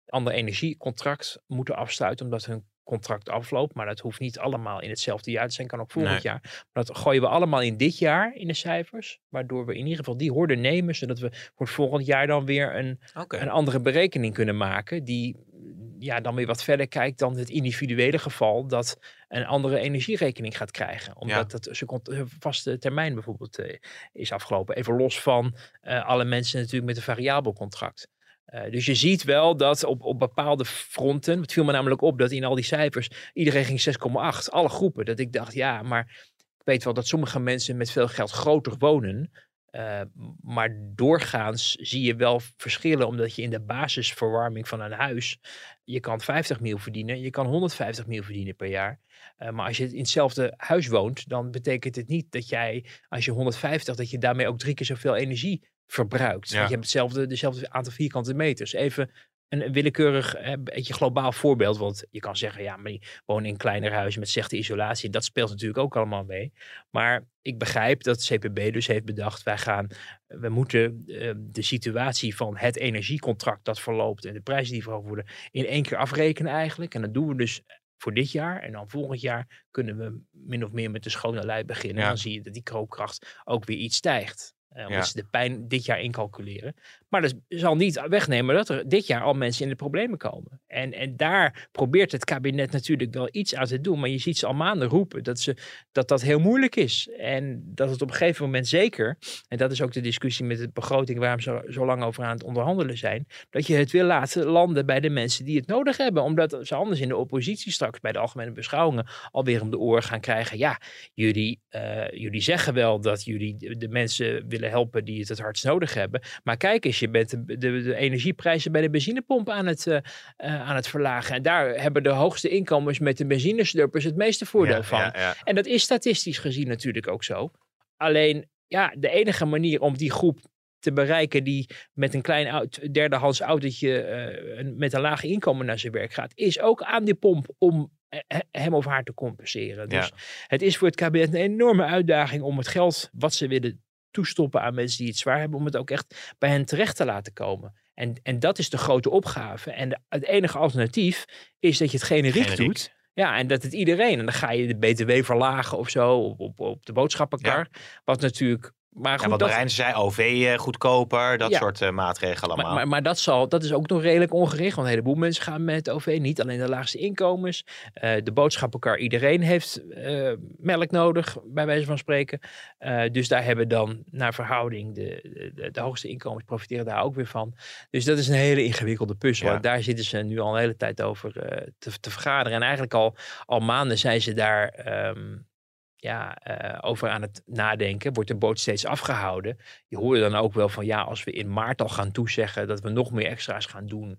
C: ander energiecontract moeten afsluiten omdat hun contract afloopt. Maar dat hoeft niet allemaal in hetzelfde jaar te zijn. Kan ook volgend
D: Nee.
C: jaar. Maar dat gooien we allemaal in dit jaar in de cijfers. Waardoor we in ieder geval die horde nemen. Zodat we voor het volgend jaar dan weer een,
D: Oké.
C: een andere berekening kunnen maken. Die ja, dan weer wat verder kijkt dan het individuele geval. Dat een andere energierekening gaat krijgen. Omdat
D: Ja.
C: dat zijn cont- vaste termijn bijvoorbeeld uh, is afgelopen. Even los van uh, alle mensen natuurlijk met een variabel contract. Uh, dus je ziet wel dat op, op bepaalde fronten, het viel me namelijk op dat in al die cijfers, iedereen ging zes komma acht, alle groepen. Dat ik dacht, ja, maar ik weet wel dat sommige mensen met veel geld groter wonen. Uh, maar doorgaans zie je wel verschillen, omdat je in de basisverwarming van een huis, je kan vijftig mil verdienen, je kan honderdvijftig mil verdienen per jaar. Uh, maar als je in hetzelfde huis woont, dan betekent het niet dat jij, als je honderdvijftig, dat je daarmee ook drie keer zoveel energie verbruikt.
D: Ja.
C: Want je hebt hetzelfde, dezelfde aantal vierkante meters. Even een, een willekeurig, een beetje globaal voorbeeld. Want je kan zeggen, ja, maar die wonen in een kleiner huis met slechte isolatie. Dat speelt natuurlijk ook allemaal mee. Maar ik begrijp dat C P B dus heeft bedacht, wij gaan, we moeten uh, de situatie van het energiecontract dat verloopt en de prijzen die verhoogd worden in één keer afrekenen eigenlijk. En dat doen we dus voor dit jaar. En dan volgend jaar kunnen we min of meer met de schone lei beginnen.
D: Ja.
C: En dan zie je dat die koopkracht ook weer iets stijgt. Uh, omdat
D: Ja.
C: ze de pijn dit jaar incalculeren. Maar dat zal niet wegnemen dat er dit jaar al mensen in de problemen komen. En, en daar probeert het kabinet natuurlijk wel iets aan te doen. Maar je ziet ze al maanden roepen dat, ze, dat dat heel moeilijk is. En dat het op een gegeven moment zeker, en dat is ook de discussie met de begroting waar we zo, zo lang over aan het onderhandelen zijn, dat je het wil laten landen bij de mensen die het nodig hebben. Omdat ze anders in de oppositie straks bij de algemene beschouwingen alweer om de oren gaan krijgen. Ja, jullie, uh, jullie zeggen wel dat jullie de, de mensen willen helpen die het het hardst nodig hebben. Maar kijk eens, je bent de, de, de energieprijzen bij de benzinepomp aan het, uh, uh, aan het verlagen. En daar hebben de hoogste inkomens met de benzineslurpers het meeste voordeel
D: Ja,
C: van.
D: ja, ja.
C: En dat is statistisch gezien natuurlijk ook zo. Alleen, ja, de enige manier om die groep te bereiken die met een klein auto, derdehands autootje uh, met een laag inkomen naar zijn werk gaat, is ook aan die pomp om hem of haar te compenseren. Dus
D: Ja.
C: het is voor het kabinet een enorme uitdaging om het geld wat ze willen toestoppen aan mensen die het zwaar hebben, om het ook echt bij hen terecht te laten komen. En, en dat is de grote opgave. En de, het enige alternatief is dat je het generiek,
D: Generiek.
C: doet. Ja, en dat het iedereen. En dan ga je de B T W verlagen of zo op, op, op de boodschappenkar. Wat natuurlijk. Maar goed,
D: Ja, wat
C: dat,
D: Marijn zei, O V uh, goedkoper, dat
C: Ja.
D: soort uh, maatregelen allemaal.
C: maar, maar, maar dat, zal, dat is ook nog redelijk ongericht. Want een heleboel mensen gaan met het O V. Niet alleen de laagste inkomens. Uh, de boodschappenkar, iedereen heeft uh, melk nodig, bij wijze van spreken. Uh, dus daar hebben dan naar verhouding de, de, de hoogste inkomens profiteren daar ook weer van. Dus dat is een hele ingewikkelde puzzel.
D: Ja.
C: En daar zitten ze nu al een hele tijd over uh, te, te vergaderen. En eigenlijk al, al maanden zijn ze daar Um, ja, uh, over aan het nadenken. Wordt de boot steeds afgehouden. Je hoorde dan ook wel van ja, als we in maart al gaan toezeggen dat we nog meer extra's gaan doen,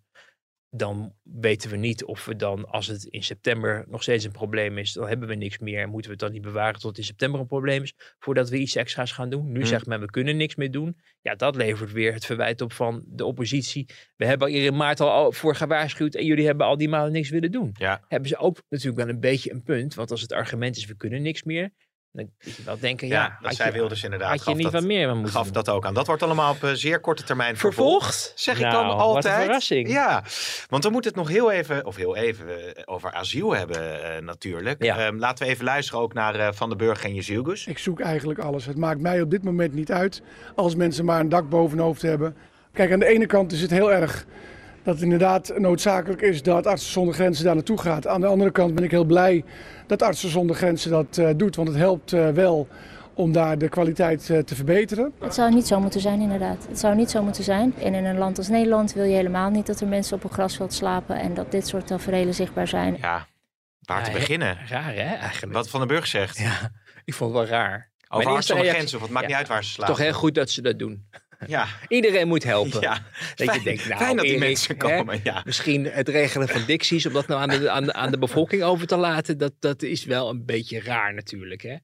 C: dan weten we niet of we dan, als het in september nog steeds een probleem is, dan hebben we niks meer en moeten we het dan niet bewaren tot in september een probleem is, voordat we iets extra's gaan doen. Nu
D: Hmm.
C: zegt men, we kunnen niks meer doen. Ja, dat levert weer het verwijt op van de oppositie. We hebben hier in maart al voor gewaarschuwd en jullie hebben al die maanden niks willen doen.
D: Ja.
C: Hebben ze ook natuurlijk wel een beetje een punt, want als het argument is, we kunnen niks meer, dan moet je wel denken, ja,
D: Ja, dat
C: had
D: zij
C: je,
D: wilde dus inderdaad.
C: had je
D: gaf
C: niet
D: dat,
C: wat meer moeten
D: gaf
C: doen.
D: dat ook aan. Dat wordt allemaal op uh, zeer korte termijn vervolgd.
C: Vervolgd?
D: Zeg ik
C: Nou,
D: dan
C: wat
D: altijd.
C: een verrassing.
D: Ja, want we moeten het nog heel even, of heel even, uh, over asiel hebben uh, natuurlijk.
C: Ja.
D: Um, laten we even luisteren ook naar uh, Van den Burg en Jezilgus.
J: Ik zoek eigenlijk alles. Het maakt mij op dit moment niet uit als mensen maar een dak boven hun hoofd hebben. Kijk, aan de ene kant is het heel erg dat het inderdaad noodzakelijk is dat Artsen zonder Grenzen daar naartoe gaat. Aan de andere kant ben ik heel blij dat Artsen zonder Grenzen dat uh, doet, want het helpt uh, wel om daar de kwaliteit uh, te verbeteren.
K: Het zou niet zo moeten zijn, inderdaad. Het zou niet zo moeten zijn. En in een land als Nederland wil je helemaal niet dat er mensen op een grasveld slapen en dat dit soort taferelen zichtbaar zijn.
D: Ja, waar te
C: Ja,
D: beginnen?
C: Raar hè, eigenlijk.
D: Wat Van den Burg zegt.
C: Ja, ik vond het wel raar.
D: Over
C: Mijn
D: Artsen
C: eerste
D: zonder
C: reactie-
D: Grenzen, of het maakt
C: Ja,
D: niet uit waar ze slapen.
C: Toch heel goed dat ze dat doen.
D: Ja.
C: Iedereen moet helpen.
D: Ja.
C: Dat
D: Fijn-
C: je denkt, nou,
D: fijn dat die
C: Erik,
D: mensen
C: hè,
D: komen, ja.
C: Misschien het regelen van dicties, om dat nou aan de, aan, de, aan de bevolking over te laten, dat, dat is wel een beetje raar natuurlijk. Hè?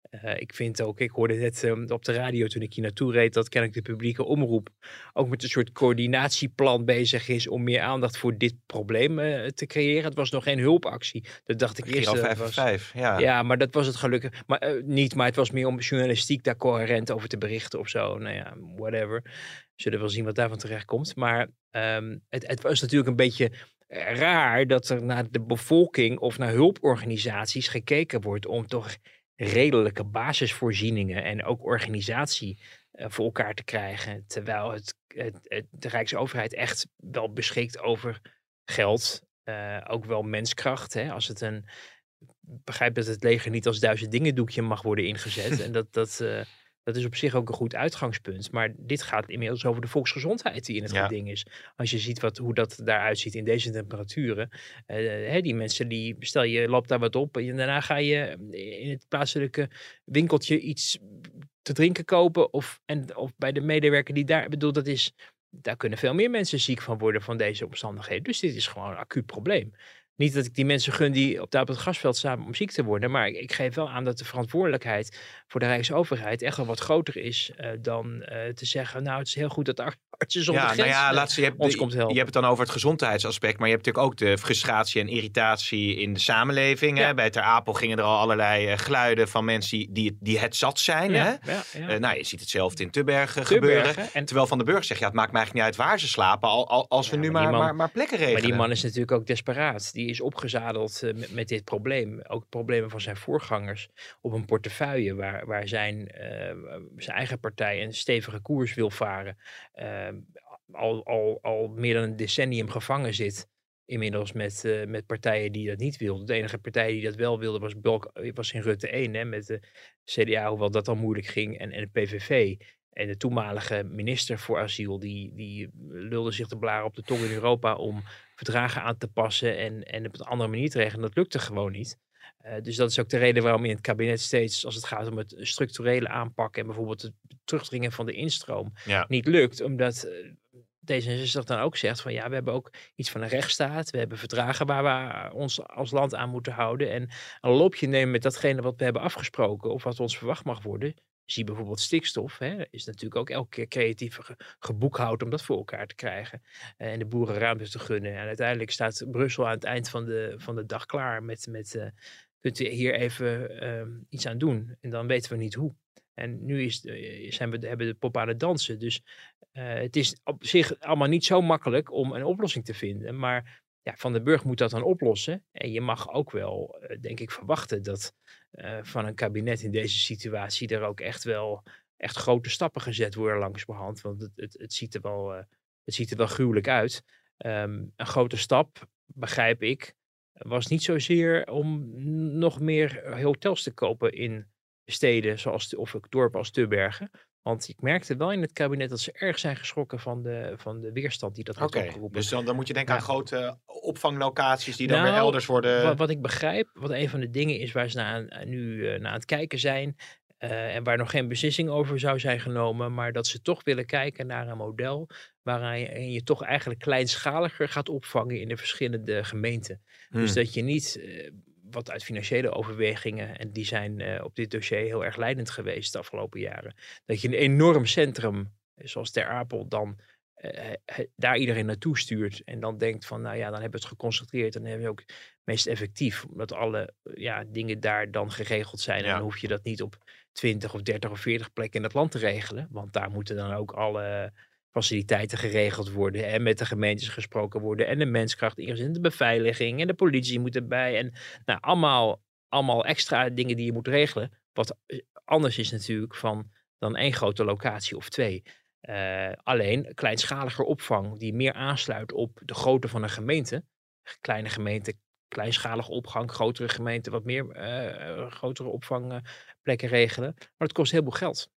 C: Uh, ik vind ook, ik hoorde net um, op de radio toen ik hier naartoe reed, dat kennelijk de publieke omroep ook met een soort coördinatieplan bezig is om meer aandacht voor dit probleem uh, te creëren. Het was nog geen hulpactie. Dat dacht ik eerst.
D: Giro vijf
C: was,
D: vijf, ja.
C: Ja, maar dat was het gelukkig maar, uh, niet. Maar het was meer om journalistiek daar coherent over te berichten of zo. Nou ja, whatever. Zullen we wel zien wat daarvan terecht komt. Maar um, het, het was natuurlijk een beetje raar dat er naar de bevolking of naar hulporganisaties gekeken wordt om toch redelijke basisvoorzieningen en ook organisatie uh, voor elkaar te krijgen. Terwijl het, het, het, de Rijksoverheid echt wel beschikt over geld. Uh, ook wel menskracht. Hè? Als het een, begrijp dat het leger niet als duizend dingen doekje mag worden ingezet. en dat, dat, uh, dat is op zich ook een goed uitgangspunt. Maar dit gaat inmiddels over de volksgezondheid die in het
D: Ja.
C: geding is. Als je ziet wat, hoe dat daaruit ziet in deze temperaturen. Uh, hè, die mensen die, stel je loopt daar wat op en daarna ga je in het plaatselijke winkeltje iets te drinken kopen. Of, en, of bij de medewerker die daar, bedoel, dat is, daar kunnen veel meer mensen ziek van worden van deze omstandigheden. Dus dit is gewoon een acuut probleem. Niet dat ik die mensen gun die op, daar op het gasveld staan om ziek te worden. Maar ik, ik geef wel aan dat de verantwoordelijkheid voor de Rijksoverheid echt wel wat groter is uh, dan uh, te zeggen, nou het is heel goed dat de artsen zonder
D: Ja,
C: grens
D: nou ja,
C: uh,
D: laatst, je, hebt,
C: ons
D: de,
C: komt helpen.
D: je hebt het dan over het gezondheidsaspect, maar je hebt natuurlijk ook de frustratie en irritatie in de samenleving.
C: Ja.
D: Hè? Bij Ter Apel gingen er al allerlei uh, geluiden van mensen die, die, die het zat zijn.
C: Ja,
D: Hè?
C: ja, ja.
D: Uh, nou, je ziet hetzelfde in Tubbergen
C: Tubbergen,
D: gebeuren.
C: en-
D: Terwijl Van den Burg zegt, ja, het maakt me eigenlijk niet uit waar ze slapen, al, al, als we
C: Ja,
D: nu
C: maar
D: maar,
C: die man-
D: maar, maar plekken regelen.
C: Maar die man is natuurlijk ook desperaat. Die is opgezadeld uh, met, met dit probleem. Ook problemen van zijn voorgangers op een portefeuille waar, waar zijn, uh, zijn eigen partij een stevige koers wil varen. Uh, al, al, al meer dan een decennium gevangen zit. Inmiddels met, uh, met partijen die dat niet wilden. De enige partij die dat wel wilde was, Bulk, was in Rutte één. Hè, met de C D A, hoewel dat dan moeilijk ging. En, en de P V V. En de toenmalige minister voor asiel, die, die lulde zich de blaren op de tong in Europa om verdragen aan te passen en, en op een andere manier te regelen. Dat lukte gewoon niet. Uh, dus dat is ook de reden waarom in het kabinet steeds, als het gaat om het structurele aanpakken en bijvoorbeeld het terugdringen van de instroom,
D: Ja.
C: niet lukt. Omdat uh, D zesenzestig dan ook zegt van ja, we hebben ook iets van een rechtsstaat. We hebben verdragen waar we ons als land aan moeten houden. En een loopje nemen met datgene wat we hebben afgesproken of wat ons verwacht mag worden. Zie bijvoorbeeld stikstof, hè, is natuurlijk ook elke keer creatief ge- geboekhoud om dat voor elkaar te krijgen. Uh, en de boeren ruimte te gunnen. En uiteindelijk staat Brussel aan het eind van de, van de dag klaar met, met uh, kunt u hier even uh, iets aan doen. En dan weten we niet hoe. En nu is, uh, zijn we, hebben we de pop aan het dansen. Dus uh, het is op zich allemaal niet zo makkelijk om een oplossing te vinden. Maar ja, Van den Burg moet dat dan oplossen. En je mag ook wel, uh, denk ik, verwachten dat uh, van een kabinet in deze situatie er ook echt wel echt grote stappen gezet worden langsbehand. Want het, het, het, ziet, er wel, uh, het ziet er wel gruwelijk uit. Um, een grote stap, begrijp ik, was niet zozeer om nog meer hotels te kopen in steden zoals of dorpen als Tubbergen. Want ik merkte wel in het kabinet dat ze erg zijn geschrokken van de, van de weerstand die dat had
D: Oké,
C: opgeroepen.
D: dus dan, dan moet je denken
C: Ja.
D: aan grote opvanglocaties die dan
C: Nou,
D: weer elders worden...
C: Wat, wat ik begrijp, wat een van de dingen is waar ze naar, nu uh, naar aan het kijken zijn, uh, en waar nog geen beslissing over zou zijn genomen, maar dat ze toch willen kijken naar een model waarin je toch eigenlijk kleinschaliger gaat opvangen in de verschillende gemeenten.
D: Hmm.
C: Dus dat je niet, uh, wat uit financiële overwegingen, en die zijn uh, op dit dossier heel erg leidend geweest de afgelopen jaren, dat je een enorm centrum, zoals Ter Apel, dan uh, daar iedereen naartoe stuurt en dan denkt van, nou ja, dan hebben we het geconcentreerd en dan hebben we ook het meest effectief, omdat alle ja, dingen daar dan geregeld zijn.
D: Ja.
C: En dan hoef je dat niet op twintig of dertig of veertig plekken in het land te regelen, want daar moeten dan ook alle faciliteiten geregeld worden en met de gemeentes gesproken worden en de menskracht ingezet en de beveiliging en de politie moet erbij en nou, allemaal, allemaal extra dingen die je moet regelen, wat anders is natuurlijk van dan één grote locatie of twee. Uh, alleen kleinschaliger opvang die meer aansluit op de grootte van een gemeente. Kleine gemeente, kleinschalige opvang, grotere gemeente, wat meer uh, grotere opvangplekken regelen. Maar dat kost heel veel geld.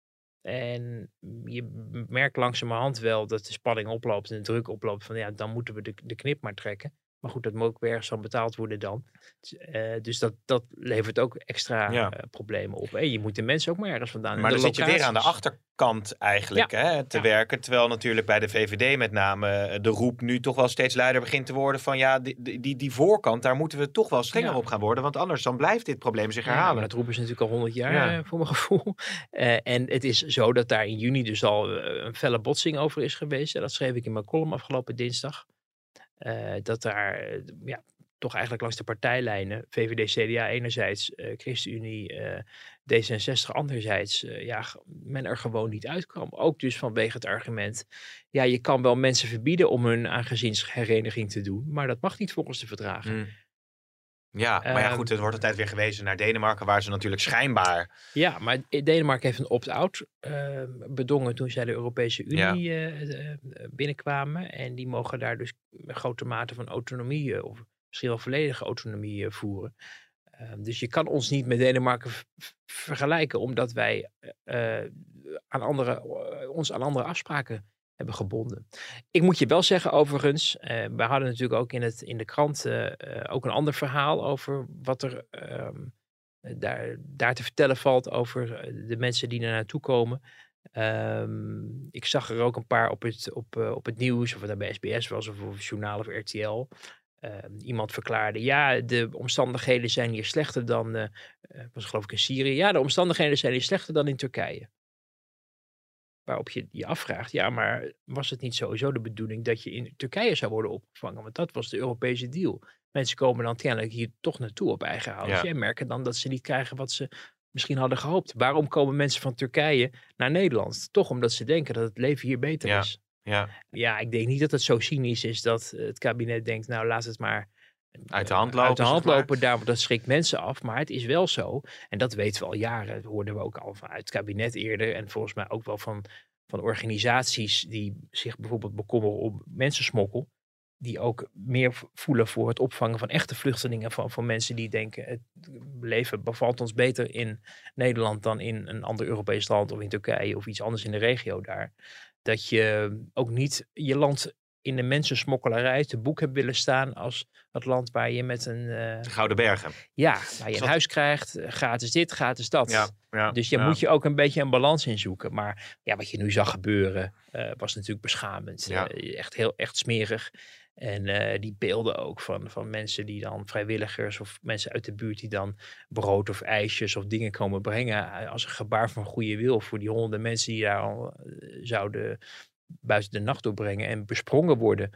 C: En je merkt langzamerhand wel dat de spanning oploopt en de druk oploopt van ja, dan moeten we de, de knip maar trekken. Maar goed, dat moet ook weer ergens van betaald worden dan. Uh, dus dat, dat levert ook extra ja. uh, problemen op. En je moet de mensen ook maar ergens vandaan.
D: Maar dan zit je weer aan de achterkant eigenlijk ja. hè, te ja. werken. Terwijl natuurlijk bij de V V D met name de roep nu toch wel steeds luider begint te worden van ja, die, die, die voorkant, daar moeten we toch wel strenger ja. op gaan worden. Want anders dan blijft dit probleem zich herhalen.
C: Ja, maar dat roepen ze natuurlijk al honderd jaar ja. uh, voor mijn gevoel. Uh, en het is zo dat daar in juni dus al uh, een felle botsing over is geweest. Dat schreef ik in mijn column afgelopen dinsdag. Uh, dat daar uh, ja, toch eigenlijk langs de partijlijnen, V V D, C D A enerzijds, uh, ChristenUnie, uh, D zesenzestig anderzijds, uh, ja, men er gewoon niet uitkwam. Ook dus vanwege het argument, ja, je kan wel mensen verbieden om hun aangezinshereniging te doen, maar dat mag niet volgens de verdragen.
D: Mm. Ja, maar ja goed, het wordt altijd weer gewezen naar Denemarken, waar ze natuurlijk schijnbaar...
C: Ja, maar Denemarken heeft een opt-out uh, bedongen toen zij de Europese Unie ja. uh, uh, binnenkwamen. En die mogen daar dus een grote mate van autonomie, uh, of misschien wel volledige autonomie uh, voeren. Uh, dus je kan ons niet met Denemarken v- vergelijken, omdat wij uh, aan andere, uh, ons aan andere afspraken hebben gebonden. Ik moet je wel zeggen overigens, uh, we hadden natuurlijk ook in, het, in de krant uh, uh, ook een ander verhaal over wat er um, daar, daar te vertellen valt over de mensen die er naartoe komen. Um, ik zag er ook een paar op het, op, uh, op het nieuws, of het nou bij S B S was, of of journaal of R T L. Uh, iemand verklaarde, ja, de omstandigheden zijn hier slechter dan, uh, uh, was geloof ik in Syrië. Ja, de omstandigheden zijn hier slechter dan in Turkije. Waarop je je afvraagt, ja, maar was het niet sowieso de bedoeling dat je in Turkije zou worden opgevangen? Want dat was de Europese deal. Mensen komen dan kennelijk hier toch naartoe op eigen houtje ja. en merken dan dat ze niet krijgen wat ze misschien hadden gehoopt. Waarom komen mensen van Turkije naar Nederland? Toch omdat ze denken dat het leven hier beter
D: ja.
C: is.
D: Ja.
C: ja, ik denk niet dat het zo cynisch is dat het kabinet denkt, nou laat het maar
D: uit de hand lopen.
C: Uit de hand lopen, daar, dat schrikt mensen af. Maar het is wel zo, en dat weten we al jaren, dat hoorden we ook al vanuit het kabinet eerder en volgens mij ook wel van van organisaties die zich bijvoorbeeld bekommeren om mensensmokkel, die ook meer voelen voor het opvangen van echte vluchtelingen, van, van mensen die denken, het leven bevalt ons beter in Nederland dan in een ander Europees land of in Turkije of iets anders in de regio daar. Dat je ook niet je land in de mensensmokkelarij te boek hebt willen staan als het land waar je met een... Uh,
D: de Gouden Bergen.
C: Ja, waar je een huis krijgt, gratis dit, gratis dat.
D: Ja, ja,
C: dus je
D: ja.
C: moet je ook een beetje een balans in zoeken. Maar ja, wat je nu zag gebeuren uh, was natuurlijk beschamend. Ja. Uh, echt heel echt smerig. En uh, die beelden ook van, van mensen die dan vrijwilligers of mensen uit de buurt die dan brood of ijsjes of dingen komen brengen als een gebaar van goede wil voor die honderden mensen die daar al uh, zouden buiten de nacht doorbrengen en besprongen worden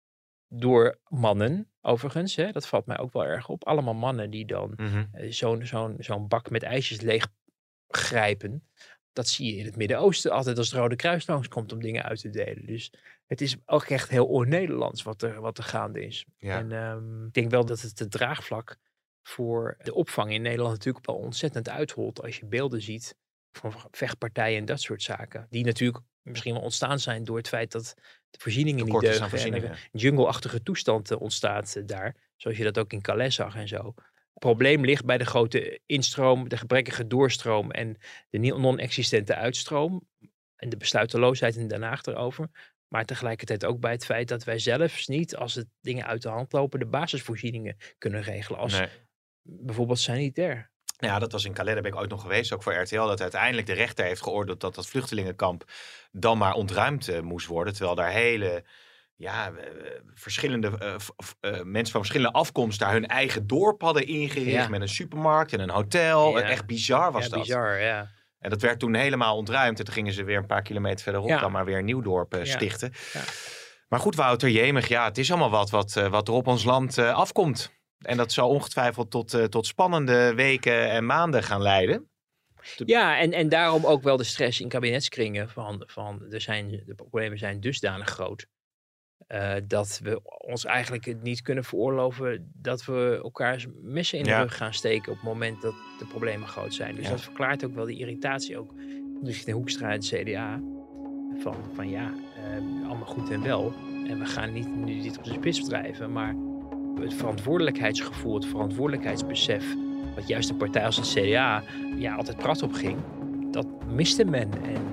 C: door mannen, overigens. Hè, dat valt mij ook wel erg op. Allemaal mannen die dan
D: mm-hmm.
C: uh, zo'n, zo'n, zo'n bak met ijsjes leeg grijpen. Dat zie je in het Midden-Oosten altijd als het Rode Kruis langskomt om dingen uit te delen. Dus het is ook echt heel on-Nederlands wat er, wat er gaande is.
D: Ja.
C: En um, ik denk wel dat het het draagvlak voor de opvang in Nederland natuurlijk wel ontzettend uitholt als je beelden ziet van vechtpartijen en dat soort zaken. Die natuurlijk misschien wel ontstaan zijn door het feit dat de voorzieningen niet deugen. En er een jungle-achtige toestand uh, ontstaat uh, daar. Zoals je dat ook in Calais zag en zo. Het probleem ligt bij de grote instroom, de gebrekkige doorstroom en de non-existente uitstroom. En de besluiteloosheid in Den Haag erover. Maar tegelijkertijd ook bij het feit dat wij zelfs niet, als het dingen uit de hand lopen, de basisvoorzieningen kunnen regelen. Als
D: nee.
C: bijvoorbeeld sanitair.
D: Ja, dat was in Calais, daar ben ik ooit nog geweest, ook voor R T L, dat uiteindelijk de rechter heeft geoordeeld dat dat vluchtelingenkamp dan maar ontruimd uh, moest worden. Terwijl daar hele, ja, uh, verschillende uh, f- uh, mensen van verschillende afkomst daar hun eigen dorp hadden ingericht. Ja. Met een supermarkt en een hotel. Ja. Echt bizar was
C: ja,
D: dat.
C: Bizar, ja.
D: En dat werd toen helemaal ontruimd. En toen gingen ze weer een paar kilometer verderop ja. dan maar weer een nieuw dorp uh, stichten.
C: Ja. Ja.
D: Maar goed, Wouter, jemig, ja, het is allemaal wat wat, uh, wat er op ons land uh, afkomt. En dat zal ongetwijfeld tot, uh, tot spannende weken en maanden gaan leiden.
C: Ja, en, en daarom ook wel de stress in kabinetskringen. Van, van er zijn, de problemen zijn dusdanig groot. Uh, dat we ons eigenlijk niet kunnen veroorloven dat we elkaars messen in de ja. rug gaan steken op het moment dat de problemen groot zijn. Dus ja. dat verklaart ook wel de irritatie ook richting Hoekstra en het C D A. Van, van ja, uh, allemaal goed en wel. En we gaan niet nu dit op de spits drijven, maar het verantwoordelijkheidsgevoel, het verantwoordelijkheidsbesef, wat juist de partij als het C D A ja, altijd prat op ging, dat miste men. En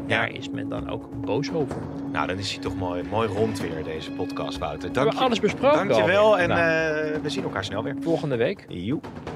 C: daar is men dan ook boos over.
D: Nou, dan is hij toch mooi, mooi rond weer, deze podcast, Wouter. Dank
C: We hebben
D: je,
C: alles besproken.
D: Dank je wel en
C: nou.
D: uh, we zien elkaar snel weer.
C: Volgende week.
D: Joep.